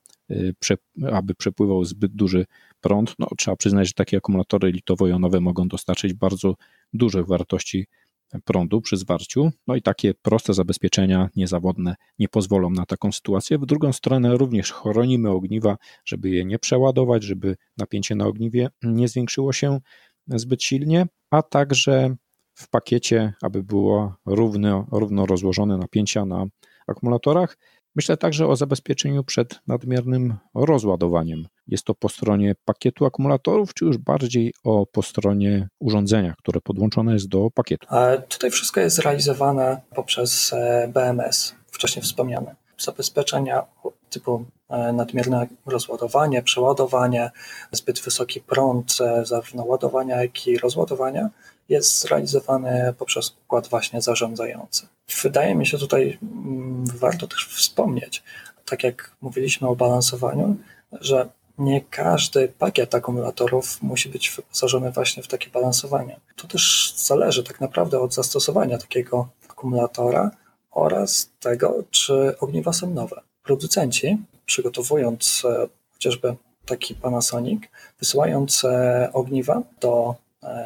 aby przepływał zbyt duży prąd. No, trzeba przyznać, że takie akumulatory litowo-jonowe mogą dostarczyć bardzo dużych wartości prądu przy zwarciu. No i takie proste zabezpieczenia niezawodne nie pozwolą na taką sytuację. W drugą stronę również chronimy ogniwa, żeby je nie przeładować, żeby napięcie na ogniwie nie zwiększyło się zbyt silnie, a także w pakiecie, aby było równo, równo rozłożone napięcia na akumulatorach. Myślę także o zabezpieczeniu przed nadmiernym rozładowaniem. Jest to po stronie pakietu akumulatorów, czy już bardziej o po stronie urządzenia, które podłączone jest do pakietu? A tutaj wszystko jest realizowane poprzez B M S, wcześniej wspomniane. Zabezpieczenia typu nadmierne rozładowanie, przeładowanie, zbyt wysoki prąd, zarówno ładowania, jak i rozładowania, jest zrealizowany poprzez układ właśnie zarządzający. Wydaje mi się tutaj warto też wspomnieć, tak jak mówiliśmy o balansowaniu, że nie każdy pakiet akumulatorów musi być wyposażony właśnie w takie balansowanie. To też zależy tak naprawdę od zastosowania takiego akumulatora oraz tego, czy ogniwa są nowe. Producenci, przygotowując chociażby taki Panasonic, wysyłając ogniwa do,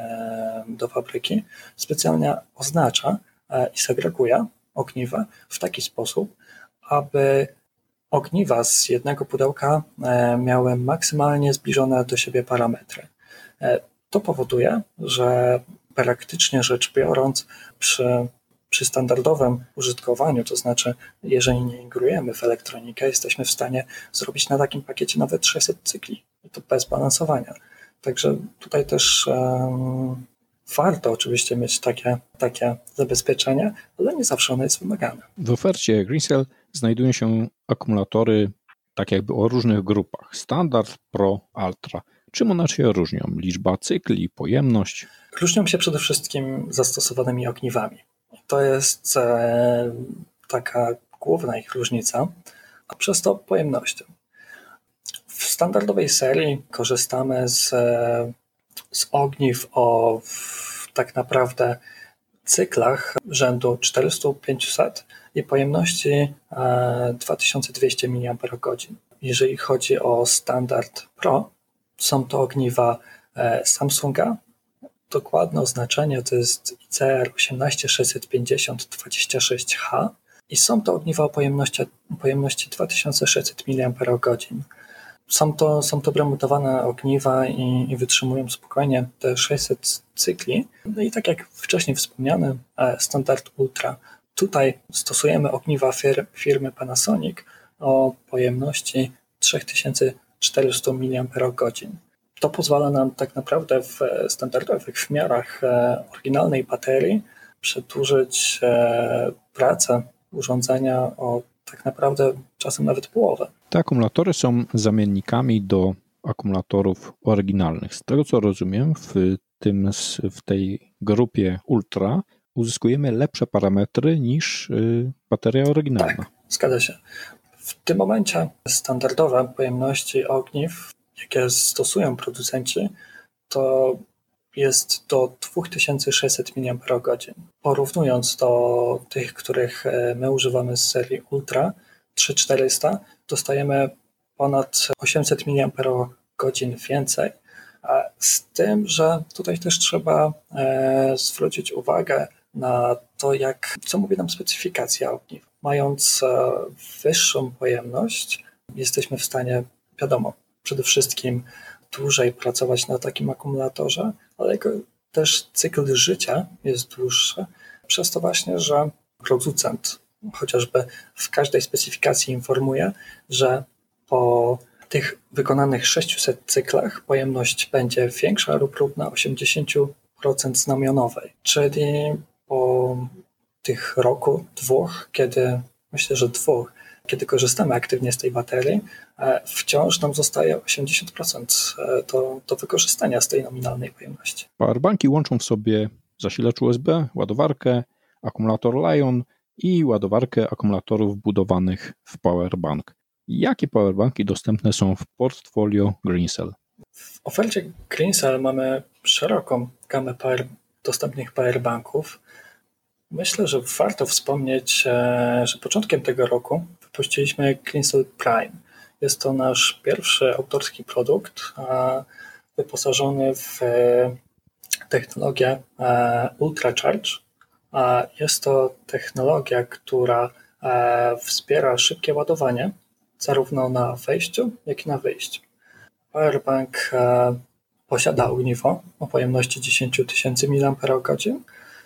do fabryki, specjalnie oznacza i segreguje ogniwa w taki sposób, aby ogniwa z jednego pudełka miały maksymalnie zbliżone do siebie parametry. To powoduje, że praktycznie rzecz biorąc przy, przy standardowym użytkowaniu, to znaczy jeżeli nie ingerujemy w elektronikę, jesteśmy w stanie zrobić na takim pakiecie nawet sześćset cykli i to bez balansowania. Także tutaj też um, warto oczywiście mieć takie, takie zabezpieczenie, ale nie zawsze ono jest wymagane. W ofercie Greencell znajdują się akumulatory tak jakby o różnych grupach. Standard, Pro, Ultra. Czym one się różnią? Liczba cykli, pojemność? Różnią się przede wszystkim zastosowanymi ogniwami. To jest e, taka główna ich różnica, a przez to pojemnością. W standardowej serii korzystamy z, z ogniw o w, tak naprawdę cyklach rzędu czterysta do pięciuset i pojemności dwa tysiące dwieście miliampergodzin. Jeżeli chodzi o standard Pro, są to ogniwa Samsunga. Dokładne oznaczenie to jest I C R osiemnaście sześćset pięćdziesiąt dwadzieścia sześć H i są to ogniwa o pojemności, pojemności dwa tysiące sześćset miliampergodzin. Są to, są to premutowane ogniwa i, i wytrzymują spokojnie te sześćset cykli. No i tak jak wcześniej wspomniany standard Ultra, tutaj stosujemy ogniwa fir, firmy Panasonic o pojemności trzy tysiące czterysta miliampergodzin. To pozwala nam tak naprawdę w standardowych wymiarach oryginalnej baterii przedłużyć pracę urządzenia o tak naprawdę czasem nawet połowę. Te akumulatory są zamiennikami do akumulatorów oryginalnych. Z tego co rozumiem, w, tym, w tej grupie Ultra uzyskujemy lepsze parametry niż bateria oryginalna. Tak, zgadza się. W tym momencie standardowe pojemności ogniw, jakie stosują producenci, to jest do dwa tysiące sześćset miliampergodzin. Porównując do tych, których my używamy z serii Ultra trzy tysiące czterysta, dostajemy ponad osiemset miliampergodzin więcej, z tym, że tutaj też trzeba zwrócić uwagę na to, jak, co mówi nam specyfikacja ogniw. Mając wyższą pojemność, jesteśmy w stanie, wiadomo, przede wszystkim dłużej pracować na takim akumulatorze, ale jego też cykl życia jest dłuższy, przez to właśnie, że producent chociażby w każdej specyfikacji informuje, że po tych wykonanych sześciuset cyklach pojemność będzie większa lub równa osiemdziesiąt procent znamionowej, czyli po tych roku, dwóch, kiedy, myślę, że dwóch, kiedy korzystamy aktywnie z tej baterii, wciąż nam zostaje osiemdziesiąt procent do, do wykorzystania z tej nominalnej pojemności. Powerbanki łączą w sobie zasilacz U S B, ładowarkę, akumulator Lion i ładowarkę akumulatorów budowanych w powerbank. Jakie powerbanki dostępne są w portfolio GreenCell? W ofercie GreenCell mamy szeroką gamę power, dostępnych powerbanków. Myślę, że warto wspomnieć, że początkiem tego roku wypuściliśmy GreenCell Prime. Jest to nasz pierwszy autorski produkt wyposażony w technologię UltraCharge. Jest to technologia, która wspiera szybkie ładowanie zarówno na wejściu, jak i na wyjściu. Powerbank posiada ogniwo o pojemności dziesięć tysięcy miliampergodzin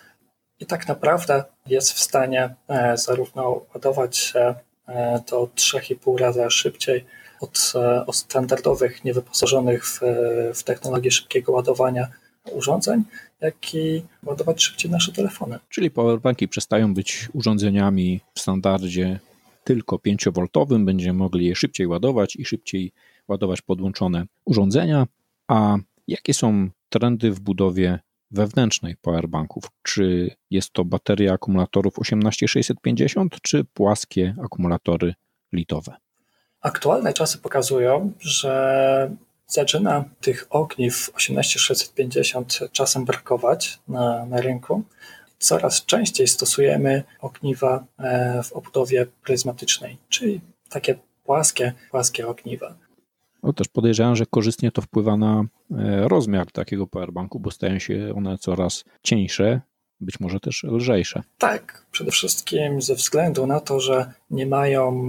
i tak naprawdę jest w stanie zarówno ładować się do trzy i pół razy szybciej od, od standardowych, niewyposażonych w, w technologię szybkiego ładowania urządzeń, jak i ładować szybciej nasze telefony. Czyli powerbanki przestają być urządzeniami w standardzie tylko pięciowoltowym, będziemy mogli je szybciej ładować i szybciej ładować podłączone urządzenia. A jakie są trendy w budowie wewnętrznej powerbanków? Czy jest to bateria akumulatorów osiemnaście sześćset pięćdziesiąt, czy płaskie akumulatory litowe? Aktualne czasy pokazują, że zaczyna tych ogniw osiemnaście sześćset pięćdziesiąt czasem brakować na, na rynku. Coraz częściej stosujemy ogniwa w obudowie pryzmatycznej, czyli takie płaskie, płaskie ogniwa. No też podejrzewam, że korzystnie to wpływa na rozmiar takiego powerbanku, bo stają się one coraz cieńsze, być może też lżejsze. Tak, przede wszystkim ze względu na to, że nie mają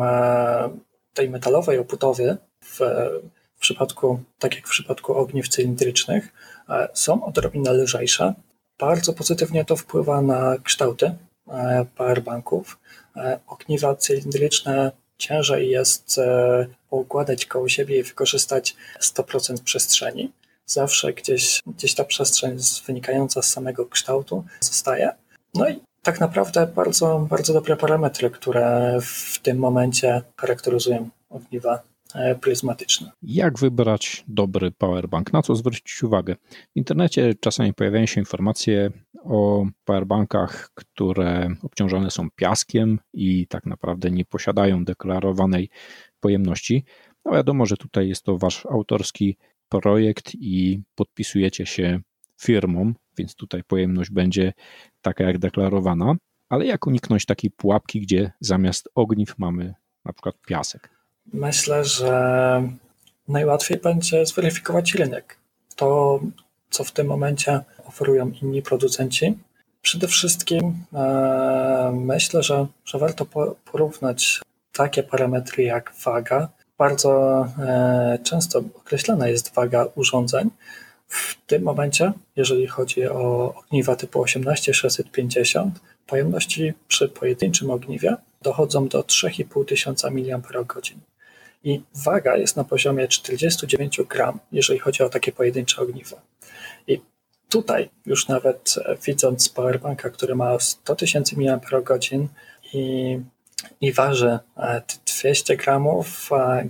tej metalowej obudowy w, w przypadku, tak jak w przypadku ogniw cylindrycznych, są odrobinę lżejsze. Bardzo pozytywnie to wpływa na kształty powerbanków. Ogniwa cylindryczne ciężej jest poukładać koło siebie i wykorzystać sto procent przestrzeni. Zawsze gdzieś, gdzieś ta przestrzeń wynikająca z samego kształtu zostaje. No i tak naprawdę bardzo, bardzo dobre parametry, które w tym momencie charakteryzują ogniwa pryzmatyczne. Jak wybrać dobry powerbank? Na co zwrócić uwagę? W internecie czasami pojawiają się informacje o powerbankach, które obciążone są piaskiem i tak naprawdę nie posiadają deklarowanej pojemności. No wiadomo, że tutaj jest to wasz autorski projekt i podpisujecie się firmą, więc tutaj pojemność będzie taka jak deklarowana, ale jak uniknąć takiej pułapki, gdzie zamiast ogniw mamy na przykład piasek? Myślę, że najłatwiej będzie zweryfikować rynek. To, co w tym momencie oferują inni producenci. Przede wszystkim e, myślę, że, że warto porównać takie parametry jak waga. Bardzo e, często określana jest waga urządzeń. W tym momencie, jeżeli chodzi o ogniwa typu osiemnaście sześćset pięćdziesiąt, pojemności przy pojedynczym ogniwie dochodzą do trzy i pół tysiąca miliampergodzin. I waga jest na poziomie czterdzieści dziewięć gramów, jeżeli chodzi o takie pojedyncze ogniwo. I tutaj już nawet widząc powerbanka, który ma sto tysięcy miliampergodzin i, i waży dwieście gramów,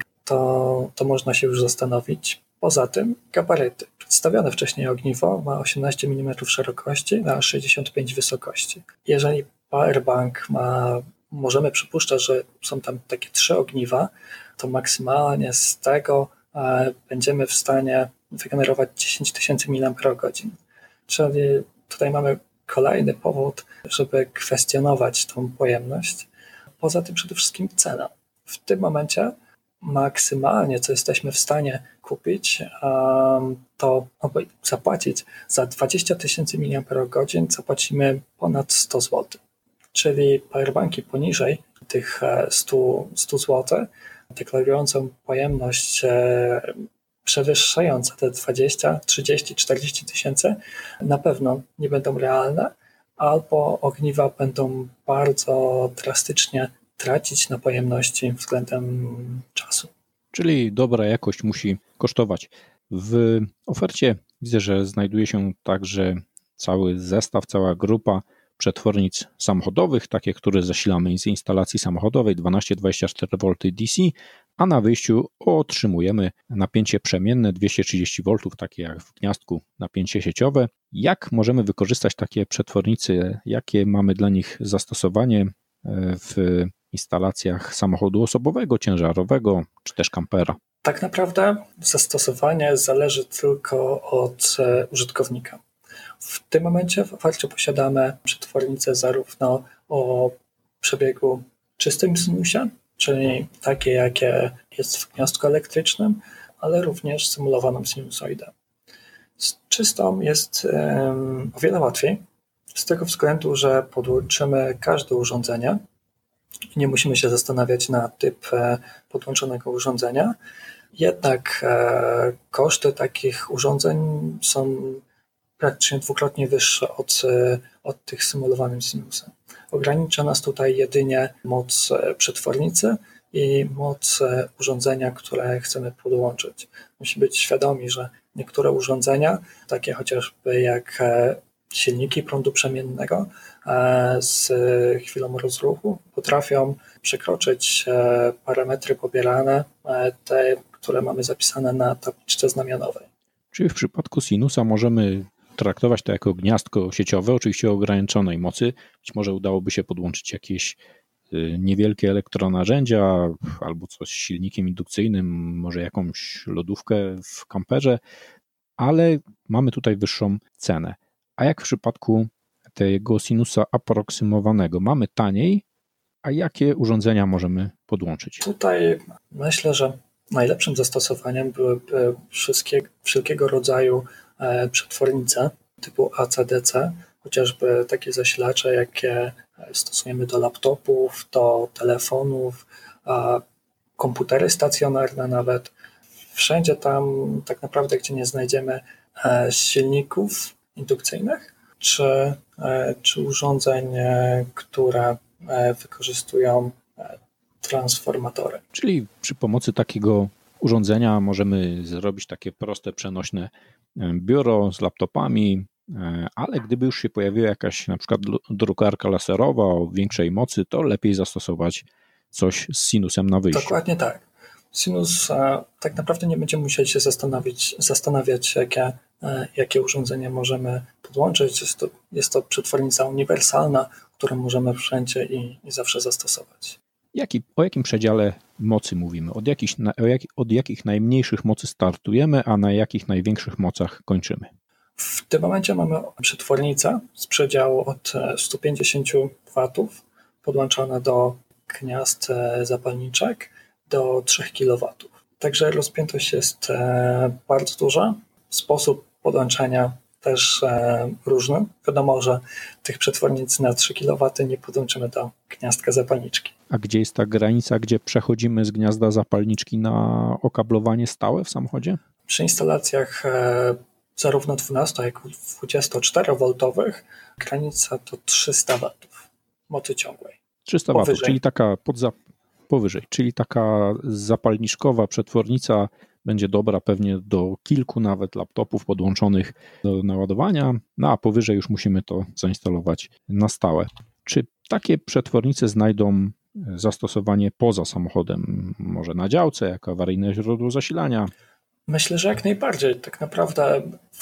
to, to można się już zastanowić. Poza tym gabaryty. Przedstawione wcześniej ogniwo ma osiemnaście milimetrów szerokości na sześćdziesiąt pięć wysokości. Jeżeli powerbank ma, możemy przypuszczać, że są tam takie trzy ogniwa, to maksymalnie z tego e, będziemy w stanie wygenerować dziesięć tysięcy miliampergodzin. Czyli tutaj mamy kolejny powód, żeby kwestionować tą pojemność. Poza tym przede wszystkim cena. W tym momencie maksymalnie, co jesteśmy w stanie kupić, um, to zapłacić za dwadzieścia tysięcy miliampergodzin zapłacimy ponad sto złotych. Czyli powerbanki poniżej tych sto, sto złotych, deklarującą pojemność e, przewyższająca te dwadzieścia, trzydzieści, czterdzieści tysięcy, na pewno nie będą realne, albo ogniwa będą bardzo drastycznie tracić na pojemności względem czasu. Czyli dobra jakość musi kosztować. W ofercie widzę, że znajduje się także cały zestaw, cała grupa przetwornic samochodowych, takie, które zasilamy z instalacji samochodowej dwanaście dwadzieścia cztery wolty D C, a na wyjściu otrzymujemy napięcie przemienne dwieście trzydzieści woltów, takie jak w gniazdku napięcie sieciowe. Jak możemy wykorzystać takie przetwornice? Jakie mamy dla nich zastosowanie w instalacjach samochodu osobowego, ciężarowego czy też kampera? Tak naprawdę zastosowanie zależy tylko od użytkownika. W tym momencie w ofercie posiadamy przetwornice zarówno o przebiegu czystym sinusie, czyli takie, jakie jest w gniazdku elektrycznym, ale również symulowaną sinusoidę. Z czystą jest um, o wiele łatwiej, z tego względu, że podłączymy każde urządzenie i nie musimy się zastanawiać na typ podłączonego urządzenia. Jednak e, koszty takich urządzeń są praktycznie dwukrotnie wyższe od, od tych symulowanym sinusem. Ogranicza nas tutaj jedynie moc przetwornicy i moc urządzenia, które chcemy podłączyć. Musimy być świadomi, że niektóre urządzenia, takie chociażby jak silniki prądu przemiennego z chwilą rozruchu, potrafią przekroczyć parametry pobierane, te, które mamy zapisane na tabliczce znamionowej. Czyli w przypadku sinusa możemy traktować to jako gniazdko sieciowe, oczywiście o ograniczonej mocy. Być może udałoby się podłączyć jakieś niewielkie elektronarzędzia albo coś z silnikiem indukcyjnym, może jakąś lodówkę w kamperze, ale mamy tutaj wyższą cenę. A jak w przypadku tego sinusa aproksymowanego? Mamy taniej, a jakie urządzenia możemy podłączyć? Tutaj myślę, że najlepszym zastosowaniem byłyby wszystkie, wszelkiego rodzaju przetwornice typu A C D C, chociażby takie zasilacze, jakie stosujemy do laptopów, do telefonów, komputery stacjonarne nawet. Wszędzie tam tak naprawdę, gdzie nie znajdziemy silników indukcyjnych czy, czy urządzeń, które wykorzystują transformatory. Czyli przy pomocy takiego urządzenia możemy zrobić takie proste, przenośne biuro z laptopami, ale gdyby już się pojawiła jakaś na przykład drukarka laserowa o większej mocy, to lepiej zastosować coś z sinusem na wyjściu. Dokładnie tak. Sinus, tak naprawdę nie będziemy musieli się zastanowić, zastanawiać, jakie, jakie urządzenie możemy podłączyć. Jest to, jest to przetwornica uniwersalna, którą możemy wszędzie i, i zawsze zastosować. Jaki, o jakim przedziale mocy mówimy? Od jakich, o jak, od jakich najmniejszych mocy startujemy, a na jakich największych mocach kończymy? W tym momencie mamy przetwornicę z przedziału od stu pięćdziesięciu watów podłączone do gniazd zapalniczek do trzech kilowatów. Także rozpiętość jest bardzo duża. Sposób podłączenia też różny. Wiadomo, że tych przetwornic na trzy kilowaty nie podłączymy do gniazdka zapalniczki. A gdzie jest ta granica, gdzie przechodzimy z gniazda zapalniczki na okablowanie stałe w samochodzie? Przy instalacjach zarówno dwunasto, jak i dwudziestoczterowoltowych granica to trzysta watów mocy ciągłej. trzysta watów, czyli taka podza... powyżej, czyli taka zapalniczkowa przetwornica będzie dobra pewnie do kilku nawet laptopów podłączonych do naładowania, no a powyżej już musimy to zainstalować na stałe. Czy takie przetwornice znajdą zastosowanie poza samochodem, może na działce, jako awaryjne źródło zasilania? Myślę, że jak najbardziej. Tak naprawdę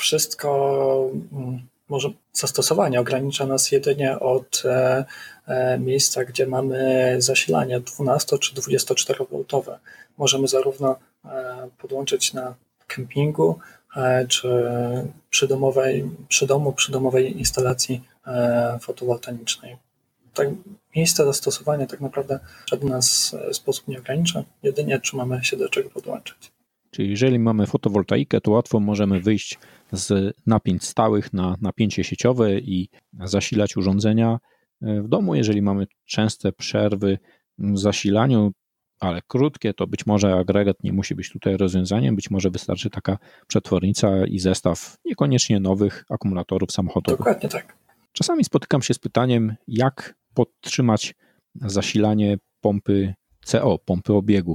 wszystko może zastosowanie ogranicza nas jedynie od e, e, miejsca, gdzie mamy zasilanie dwunasto czy dwudziestoczterowoltowe. Możemy zarówno e, podłączyć na kempingu, e, czy przy domowej, przy domu, przy domowej instalacji e, fotowoltaicznej. Tak, miejsce zastosowania tak naprawdę żaden nas w sposób nie ogranicza, jedynie czy mamy się do czego podłączyć. Czyli jeżeli mamy fotowoltaikę, to łatwo możemy wyjść z napięć stałych na napięcie sieciowe i zasilać urządzenia w domu. Jeżeli mamy częste przerwy w zasilaniu, ale krótkie, to być może agregat nie musi być tutaj rozwiązaniem, być może wystarczy taka przetwornica i zestaw niekoniecznie nowych akumulatorów samochodowych. Dokładnie tak. Czasami spotykam się z pytaniem, jak podtrzymać zasilanie pompy C O, pompy obiegu,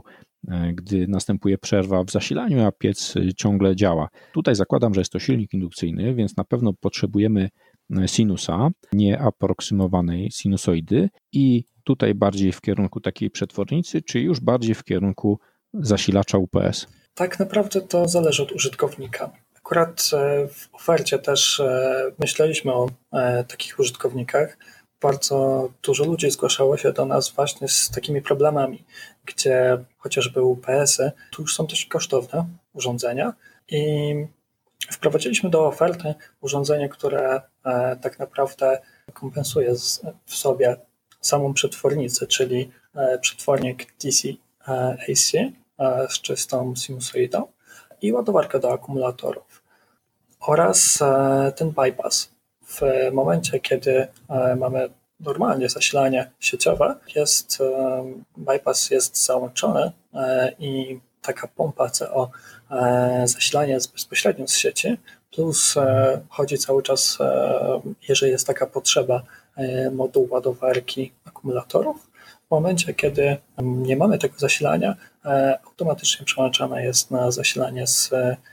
gdy następuje przerwa w zasilaniu, a piec ciągle działa. Tutaj zakładam, że jest to silnik indukcyjny, więc na pewno potrzebujemy sinusa, nie aproksymowanej sinusoidy i tutaj bardziej w kierunku takiej przetwornicy, czy już bardziej w kierunku zasilacza U P S? Tak naprawdę to zależy od użytkownika. Akurat w ofercie też myśleliśmy o takich użytkownikach, bardzo dużo ludzi zgłaszało się do nas właśnie z takimi problemami, gdzie chociażby U P S-y, tu już są dość kosztowne urządzenia i wprowadziliśmy do oferty urządzenie, które tak naprawdę kompensuje w sobie samą przetwornicę, czyli przetwornik D C A C z czystą sinusoidą i ładowarkę do akumulatorów oraz ten bypass. W momencie, kiedy mamy normalnie zasilanie sieciowe, jest, bypass jest załączony i taka pompa C O zasilanie jest bezpośrednio z sieci, plus chodzi cały czas, jeżeli jest taka potrzeba, moduł ładowarki akumulatorów. W momencie, kiedy nie mamy tego zasilania, automatycznie przełączane jest na zasilanie z,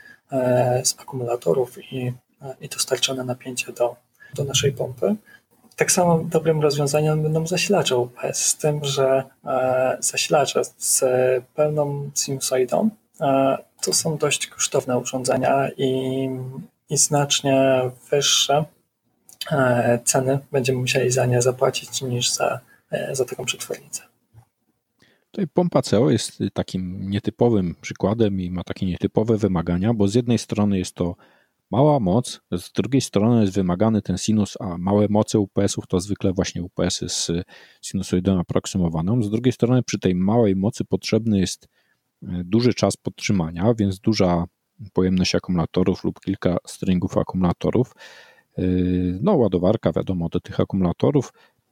z akumulatorów i, i dostarczane napięcie do, do naszej pompy. Tak samo dobrym rozwiązaniem będą zasilacze U P S, z tym, że zasilacze z pełną sinusoidą to są dość kosztowne urządzenia i, i znacznie wyższe ceny będziemy musieli za nie zapłacić niż za, za taką przetwornicę. Tutaj pompa C O jest takim nietypowym przykładem i ma takie nietypowe wymagania, bo z jednej strony jest to mała moc, z drugiej strony jest wymagany ten sinus, a małe moce U P S-ów to zwykle właśnie U P S-y z sinusoidą aproksymowaną. Z drugiej strony przy tej małej mocy potrzebny jest duży czas podtrzymania, więc duża pojemność akumulatorów lub kilka stringów akumulatorów. No ładowarka wiadomo do tych akumulatorów.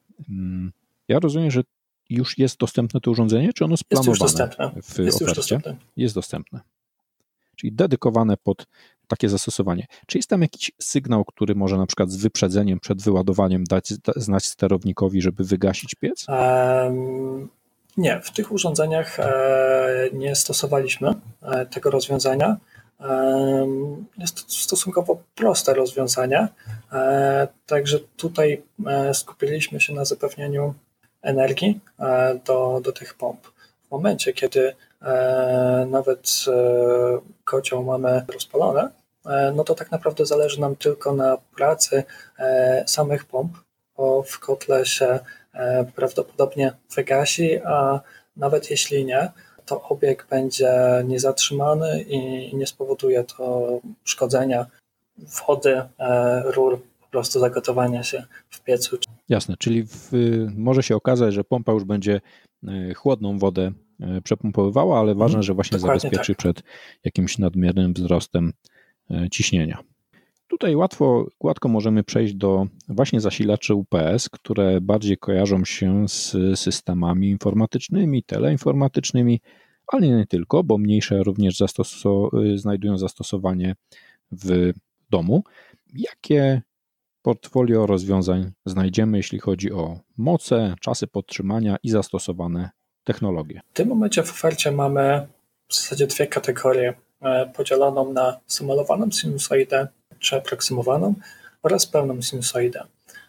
Ja rozumiem, że już jest dostępne to urządzenie, czy ono jest planowane? Jest już dostępne. W jest ofercie? Już dostępne. Jest dostępne. Czyli dedykowane pod takie zastosowanie. Czy jest tam jakiś sygnał, który może na przykład z wyprzedzeniem przed wyładowaniem dać znać sterownikowi, żeby wygasić piec? Um, nie, w tych urządzeniach e, nie stosowaliśmy e, tego rozwiązania. E, jest to stosunkowo proste rozwiązanie, e, także tutaj e, skupiliśmy się na zapewnieniu energii e, do, do tych pomp. W momencie, kiedy e, nawet e, kocioł mamy rozpalony, no to tak naprawdę zależy nam tylko na pracy samych pomp, bo w kotle się prawdopodobnie wygasi, a nawet jeśli nie, to obieg będzie niezatrzymany i nie spowoduje to szkodzenia wody, rur, po prostu zagotowania się w piecu. Jasne, czyli w, może się okazać, że pompa już będzie chłodną wodę przepompowywała, ale ważne, że właśnie Dokładnie zabezpieczy tak. przed jakimś nadmiernym wzrostem ciśnienia. Tutaj łatwo, gładko możemy przejść do właśnie zasilaczy U P S, które bardziej kojarzą się z systemami informatycznymi, teleinformatycznymi, ale nie tylko, bo mniejsze również zastos- znajdują zastosowanie w domu. Jakie portfolio rozwiązań znajdziemy, jeśli chodzi o moce, czasy podtrzymania i zastosowane technologie? W tym momencie w ofercie mamy w zasadzie dwie kategorie, podzieloną na symulowaną sinusoidę czy aproksymowaną oraz pełną sinusoidę.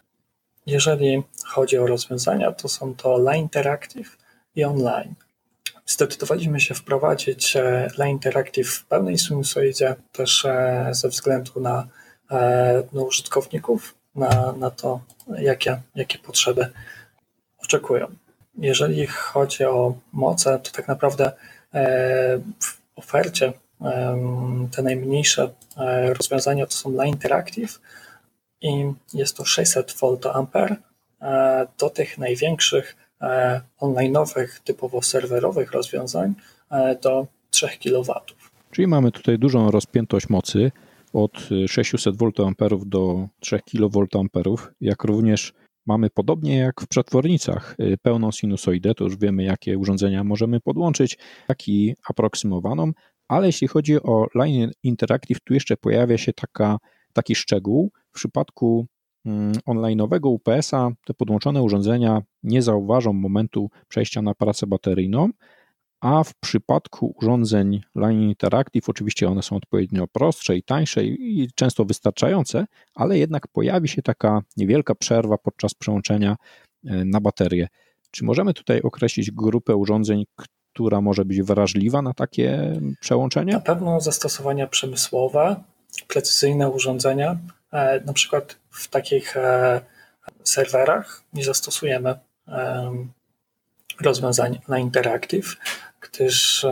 Jeżeli chodzi o rozwiązania, to są to Line Interactive i online. Zdecydowaliśmy się wprowadzić Line Interactive w pełnej sinusoidzie, też ze względu na, na użytkowników, na, na to, jakie, jakie potrzeby oczekują. Jeżeli chodzi o moce, to tak naprawdę w ofercie te najmniejsze rozwiązania to są Line Interactive i jest to sześćset wolt-ampere do tych największych online'owych, typowo serwerowych rozwiązań do trzy kilowatów. Czyli mamy tutaj dużą rozpiętość mocy od sześćset wolt-amperów do trzy kilowatów, jak również mamy podobnie jak w przetwornicach pełną sinusoidę, to już wiemy jakie urządzenia możemy podłączyć, jak i aproksymowaną, ale jeśli chodzi o Line Interactive, tu jeszcze pojawia się taka, taki szczegół. W przypadku online'owego U P S-a te podłączone urządzenia nie zauważą momentu przejścia na pracę bateryjną, a w przypadku urządzeń Line Interactive oczywiście one są odpowiednio prostsze i tańsze i często wystarczające, ale jednak pojawi się taka niewielka przerwa podczas przełączenia na baterię. Czy możemy tutaj określić grupę urządzeń, która może być wrażliwa na takie przełączenie? Na pewno zastosowania przemysłowe, precyzyjne urządzenia, na przykład w takich serwerach nie zastosujemy rozwiązań na Interactive, gdyż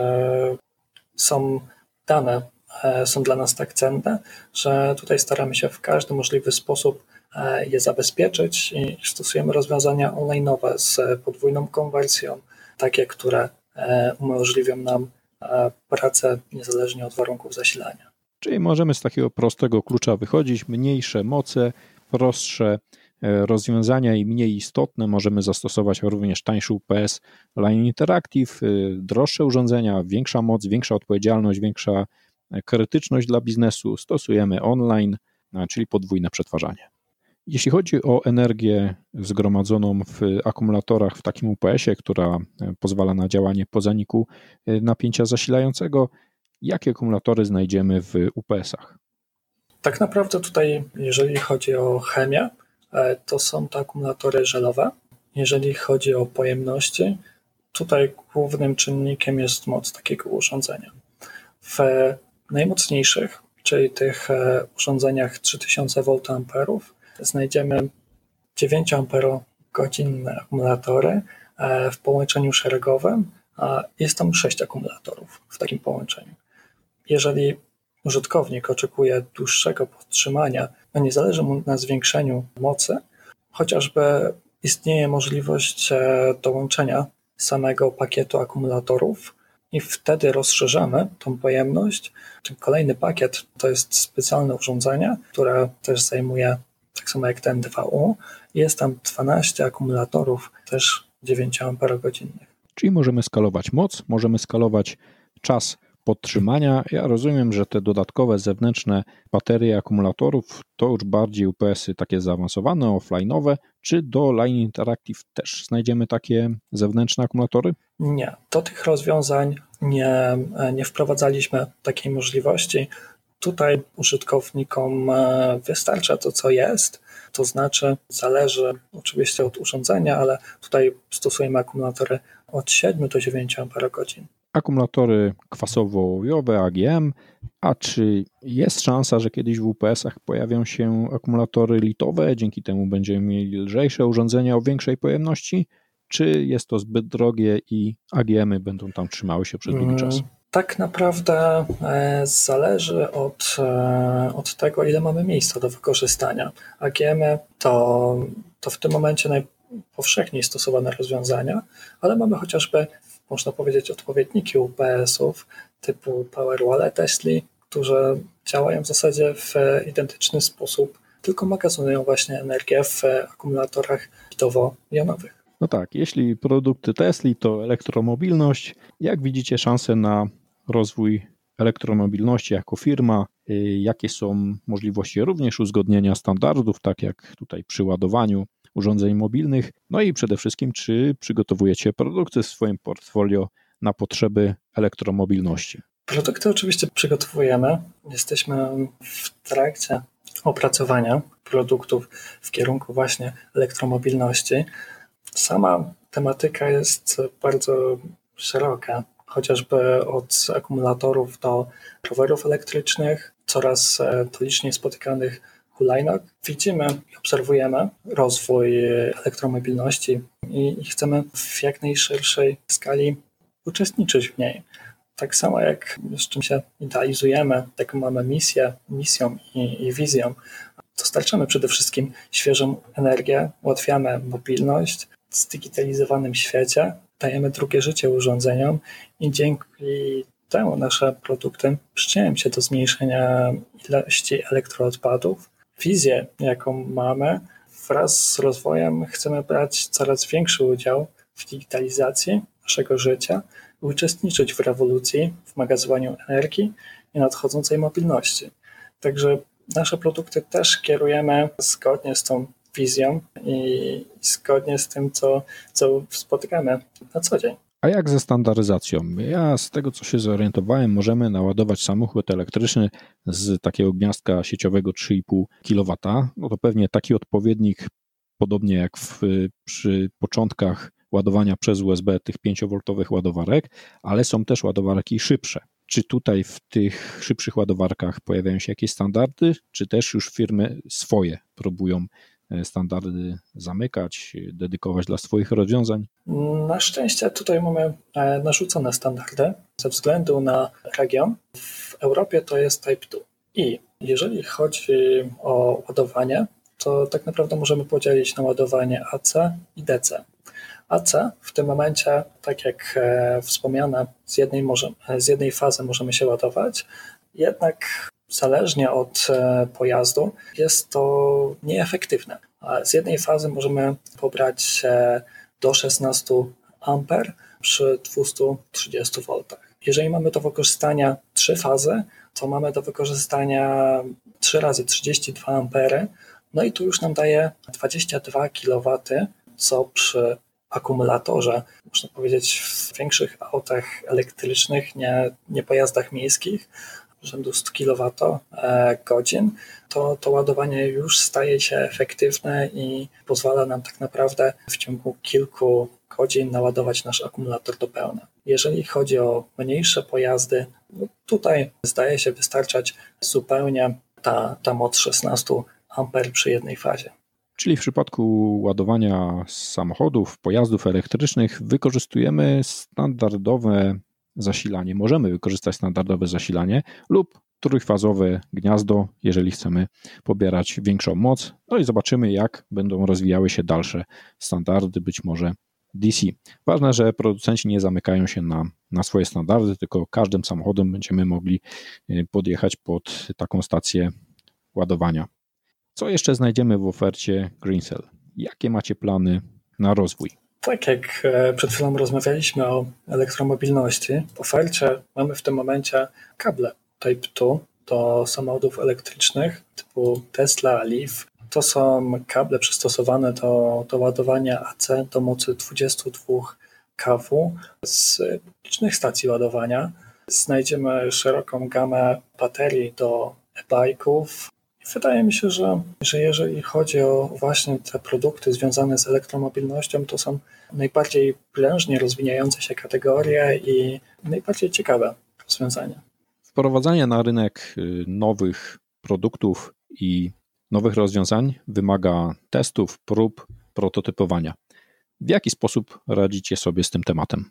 są dane, są dla nas tak cenne, że tutaj staramy się w każdy możliwy sposób je zabezpieczyć i stosujemy rozwiązania online'owe z podwójną konwersją, takie, które umożliwią nam pracę niezależnie od warunków zasilania. Czyli możemy z takiego prostego klucza wychodzić, mniejsze moce, prostsze rozwiązania i mniej istotne. Możemy zastosować również tańszy U P S Line Interactive, droższe urządzenia, większa moc, większa odpowiedzialność, większa krytyczność dla biznesu. Stosujemy online, czyli podwójne przetwarzanie. Jeśli chodzi o energię zgromadzoną w akumulatorach w takim U P S-ie, która pozwala na działanie po zaniku napięcia zasilającego, jakie akumulatory znajdziemy w U P S-ach? Tak naprawdę tutaj, jeżeli chodzi o chemię, to są to akumulatory żelowe. Jeżeli chodzi o pojemności, tutaj głównym czynnikiem jest moc takiego urządzenia. W najmocniejszych, czyli tych urządzeniach trzy tysiące wolt-amperów, znajdziemy dziewięcioamperogodzinne akumulatory. W połączeniu szeregowym jest tam sześć akumulatorów w takim połączeniu. Jeżeli użytkownik oczekuje dłuższego podtrzymania, a nie zależy mu na zwiększeniu mocy, chociażby istnieje możliwość dołączenia samego pakietu akumulatorów i wtedy rozszerzamy tą pojemność. Ten kolejny pakiet to jest specjalne urządzenie, które też zajmuje tak samo jak ten dwa U. Jest tam dwanaście akumulatorów też dziewięcioamperogodzinnych. Czyli możemy skalować moc, możemy skalować czas podtrzymania. Ja rozumiem, że te dodatkowe zewnętrzne baterie akumulatorów to już bardziej U P S-y takie zaawansowane, offline'owe. Czy do Line Interactive też znajdziemy takie zewnętrzne akumulatory? Nie, do tych rozwiązań nie, nie wprowadzaliśmy takiej możliwości. Tutaj użytkownikom wystarcza to, co jest, to znaczy zależy oczywiście od urządzenia, ale tutaj stosujemy akumulatory od siedmiu do dziewięciu amperogodzin. Akumulatory kwasowo-ołowiowe, A G M, a czy jest szansa, że kiedyś w U P S-ach pojawią się akumulatory litowe, dzięki temu będziemy mieli lżejsze urządzenia o większej pojemności, czy jest to zbyt drogie i A G M-y będą tam trzymały się przez długi czas? Tak naprawdę zależy od, od tego, ile mamy miejsca do wykorzystania. A G M-y to, to w tym momencie najpowszechniej stosowane rozwiązania, ale mamy chociażby, można powiedzieć, odpowiedniki U P S-ów typu Powerwall Tesla, które działają w zasadzie w identyczny sposób, tylko magazynują właśnie energię w akumulatorach litowo-jonowych. No tak, jeśli produkty Tesla to elektromobilność, jak widzicie szanse na rozwój elektromobilności jako firma? Jakie są możliwości również uzgodnienia standardów, tak jak tutaj przy ładowaniu urządzeń mobilnych? No i przede wszystkim, czy przygotowujecie produkty w swoim portfolio na potrzeby elektromobilności? Produkty oczywiście przygotowujemy. Jesteśmy w trakcie opracowania produktów w kierunku właśnie elektromobilności. Sama tematyka jest bardzo szeroka, chociażby od akumulatorów do rowerów elektrycznych, coraz to liczniej spotykanych hulajnóg. Widzimy i obserwujemy rozwój elektromobilności i chcemy w jak najszerszej skali uczestniczyć w niej. Tak samo jak z czym się idealizujemy, taką mamy misję, misją i, i wizją, dostarczamy przede wszystkim świeżą energię, ułatwiamy mobilność w zdigitalizowanym świecie, dajemy drugie życie urządzeniom i dzięki temu nasze produkty przyczyniają się do zmniejszenia ilości elektroodpadów. Wizję, jaką mamy, wraz z rozwojem chcemy brać coraz większy udział w digitalizacji naszego życia, uczestniczyć w rewolucji, w magazynowaniu energii i nadchodzącej mobilności. Także nasze produkty też kierujemy zgodnie z tą wizją i zgodnie z tym, co, co spotykamy na co dzień. A jak ze standaryzacją? Ja z tego, co się zorientowałem, możemy naładować samochód elektryczny z takiego gniazdka sieciowego trzy i pół kilowata. No to pewnie taki odpowiednik, podobnie jak w, przy początkach ładowania przez U S B tych pięciowoltowych ładowarek, ale są też ładowarki szybsze. Czy tutaj w tych szybszych ładowarkach pojawiają się jakieś standardy, czy też już firmy swoje próbują standardy zamykać, dedykować dla swoich rozwiązań? Na szczęście tutaj mamy narzucone standardy ze względu na region. W Europie to jest Type dwa. I jeżeli chodzi o ładowanie, to tak naprawdę możemy podzielić na ładowanie A C i D C. A C w tym momencie, tak jak wspomniane, z jednej, może, z jednej fazy możemy się ładować, jednak zależnie od pojazdu jest to nieefektywne. Z jednej fazy możemy pobrać do szesnaście amperów przy dwieście trzydzieści woltach. Jeżeli mamy do wykorzystania trzy fazy, to mamy do wykorzystania trzy razy trzydzieści dwa ampery, no i tu już nam daje dwadzieścia dwa kilowatów, co przy akumulatorze, można powiedzieć w większych autach elektrycznych, nie, nie pojazdach miejskich, rzędu sto kilowatogodzin, to, to ładowanie już staje się efektywne i pozwala nam tak naprawdę w ciągu kilku godzin naładować nasz akumulator do pełna. Jeżeli chodzi o mniejsze pojazdy, no tutaj zdaje się wystarczać zupełnie ta, ta moc szesnaście amperów przy jednej fazie. Czyli w przypadku ładowania samochodów, pojazdów elektrycznych wykorzystujemy standardowe zasilanie. Możemy wykorzystać standardowe zasilanie lub trójfazowe gniazdo, jeżeli chcemy pobierać większą moc. No i zobaczymy, jak będą rozwijały się dalsze standardy, być może D C. Ważne, że producenci nie zamykają się na, na swoje standardy, tylko każdym samochodem będziemy mogli podjechać pod taką stację ładowania. Co jeszcze znajdziemy w ofercie GreenCell? Jakie macie plany na rozwój? Tak jak przed chwilą rozmawialiśmy o elektromobilności, w ofercie mamy w tym momencie kable Type dwa do samochodów elektrycznych typu Tesla, Leaf. To są kable przystosowane do, do ładowania A C do mocy dwadzieścia dwa kilowattów z licznych stacji ładowania. Znajdziemy szeroką gamę baterii do e-bike'ów. Wydaje mi się, że, że jeżeli chodzi o właśnie te produkty związane z elektromobilnością, to są najbardziej prężnie rozwijające się kategorie i najbardziej ciekawe rozwiązania. Wprowadzanie na rynek nowych produktów i nowych rozwiązań wymaga testów, prób, prototypowania. W jaki sposób radzicie sobie z tym tematem?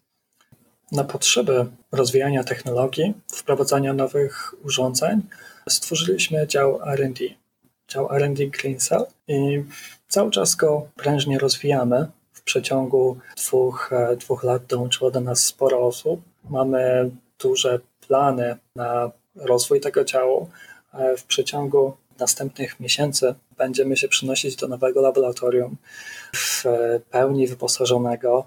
Na potrzeby rozwijania technologii, wprowadzania nowych urządzeń stworzyliśmy dział R and D, dział R and D GreenCell i cały czas go prężnie rozwijamy. W przeciągu dwóch, dwóch lat dołączyło do nas sporo osób. Mamy duże plany na rozwój tego działu. W przeciągu następnych miesięcy będziemy się przenosić do nowego laboratorium w pełni wyposażonego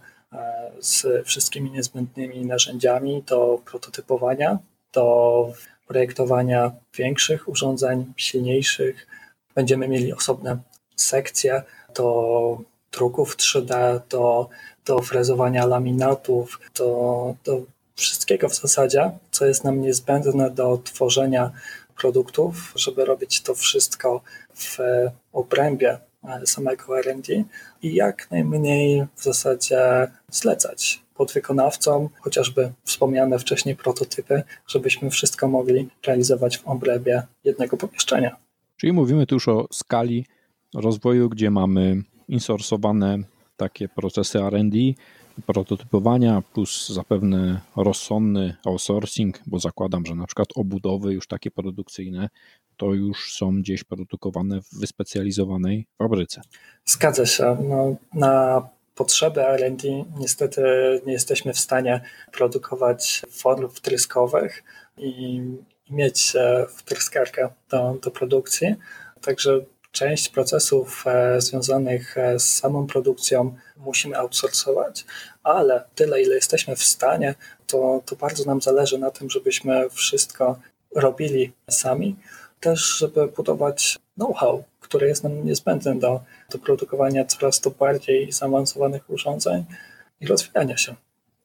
z wszystkimi niezbędnymi narzędziami do prototypowania, do projektowania większych urządzeń, silniejszych. Będziemy mieli osobne sekcje do druków trzy D, do, do frezowania laminatów, do, do wszystkiego w zasadzie, co jest nam niezbędne do tworzenia produktów, żeby robić to wszystko w obrębie samego R and D i jak najmniej w zasadzie zlecać podwykonawcom, chociażby wspomniane wcześniej prototypy, żebyśmy wszystko mogli realizować w obrębie jednego pomieszczenia. Czyli mówimy tu już o skali rozwoju, gdzie mamy insourcowane takie procesy R and D, prototypowania plus zapewne rozsądny outsourcing, bo zakładam, że na przykład obudowy już takie produkcyjne to już są gdzieś produkowane w wyspecjalizowanej fabryce. Zgadza się. No, na potrzeby R and D niestety nie jesteśmy w stanie produkować form wtryskowych i mieć wtryskarkę do, do produkcji, także część procesów e, związanych z samą produkcją musimy outsourcować, ale tyle, ile jesteśmy w stanie, to, to bardzo nam zależy na tym, żebyśmy wszystko robili sami, też żeby budować know-how, które jest nam niezbędne do, do produkowania coraz to bardziej zaawansowanych urządzeń i rozwijania się.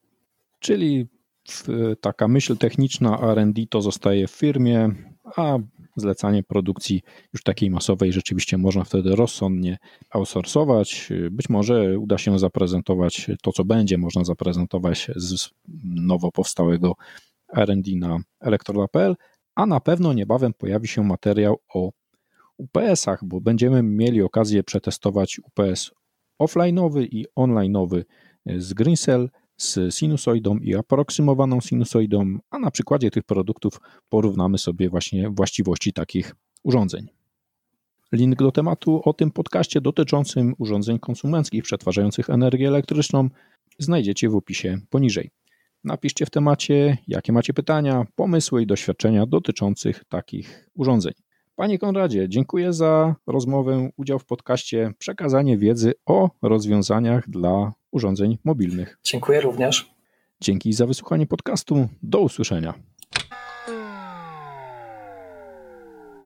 Czyli taka myśl techniczna R and D to zostaje w firmie, a zlecanie produkcji już takiej masowej rzeczywiście można wtedy rozsądnie outsourcować. Być może uda się zaprezentować to, co będzie można zaprezentować z nowo powstałego R and D na elektrolab kropka p l, a na pewno niebawem pojawi się materiał o U P S-ach, bo będziemy mieli okazję przetestować U P S offline'owy i online'owy z Greencell, z sinusoidą i aproksymowaną sinusoidą, a na przykładzie tych produktów porównamy sobie właśnie właściwości takich urządzeń. Link do tematu o tym podcaście dotyczącym urządzeń konsumenckich przetwarzających energię elektryczną znajdziecie w opisie poniżej. Napiszcie w temacie, jakie macie pytania, pomysły i doświadczenia dotyczących takich urządzeń. Panie Konradzie, dziękuję za rozmowę, udział w podcaście, przekazanie wiedzy o rozwiązaniach dla urządzeń mobilnych. Dziękuję również. Dzięki za wysłuchanie podcastu. Do usłyszenia.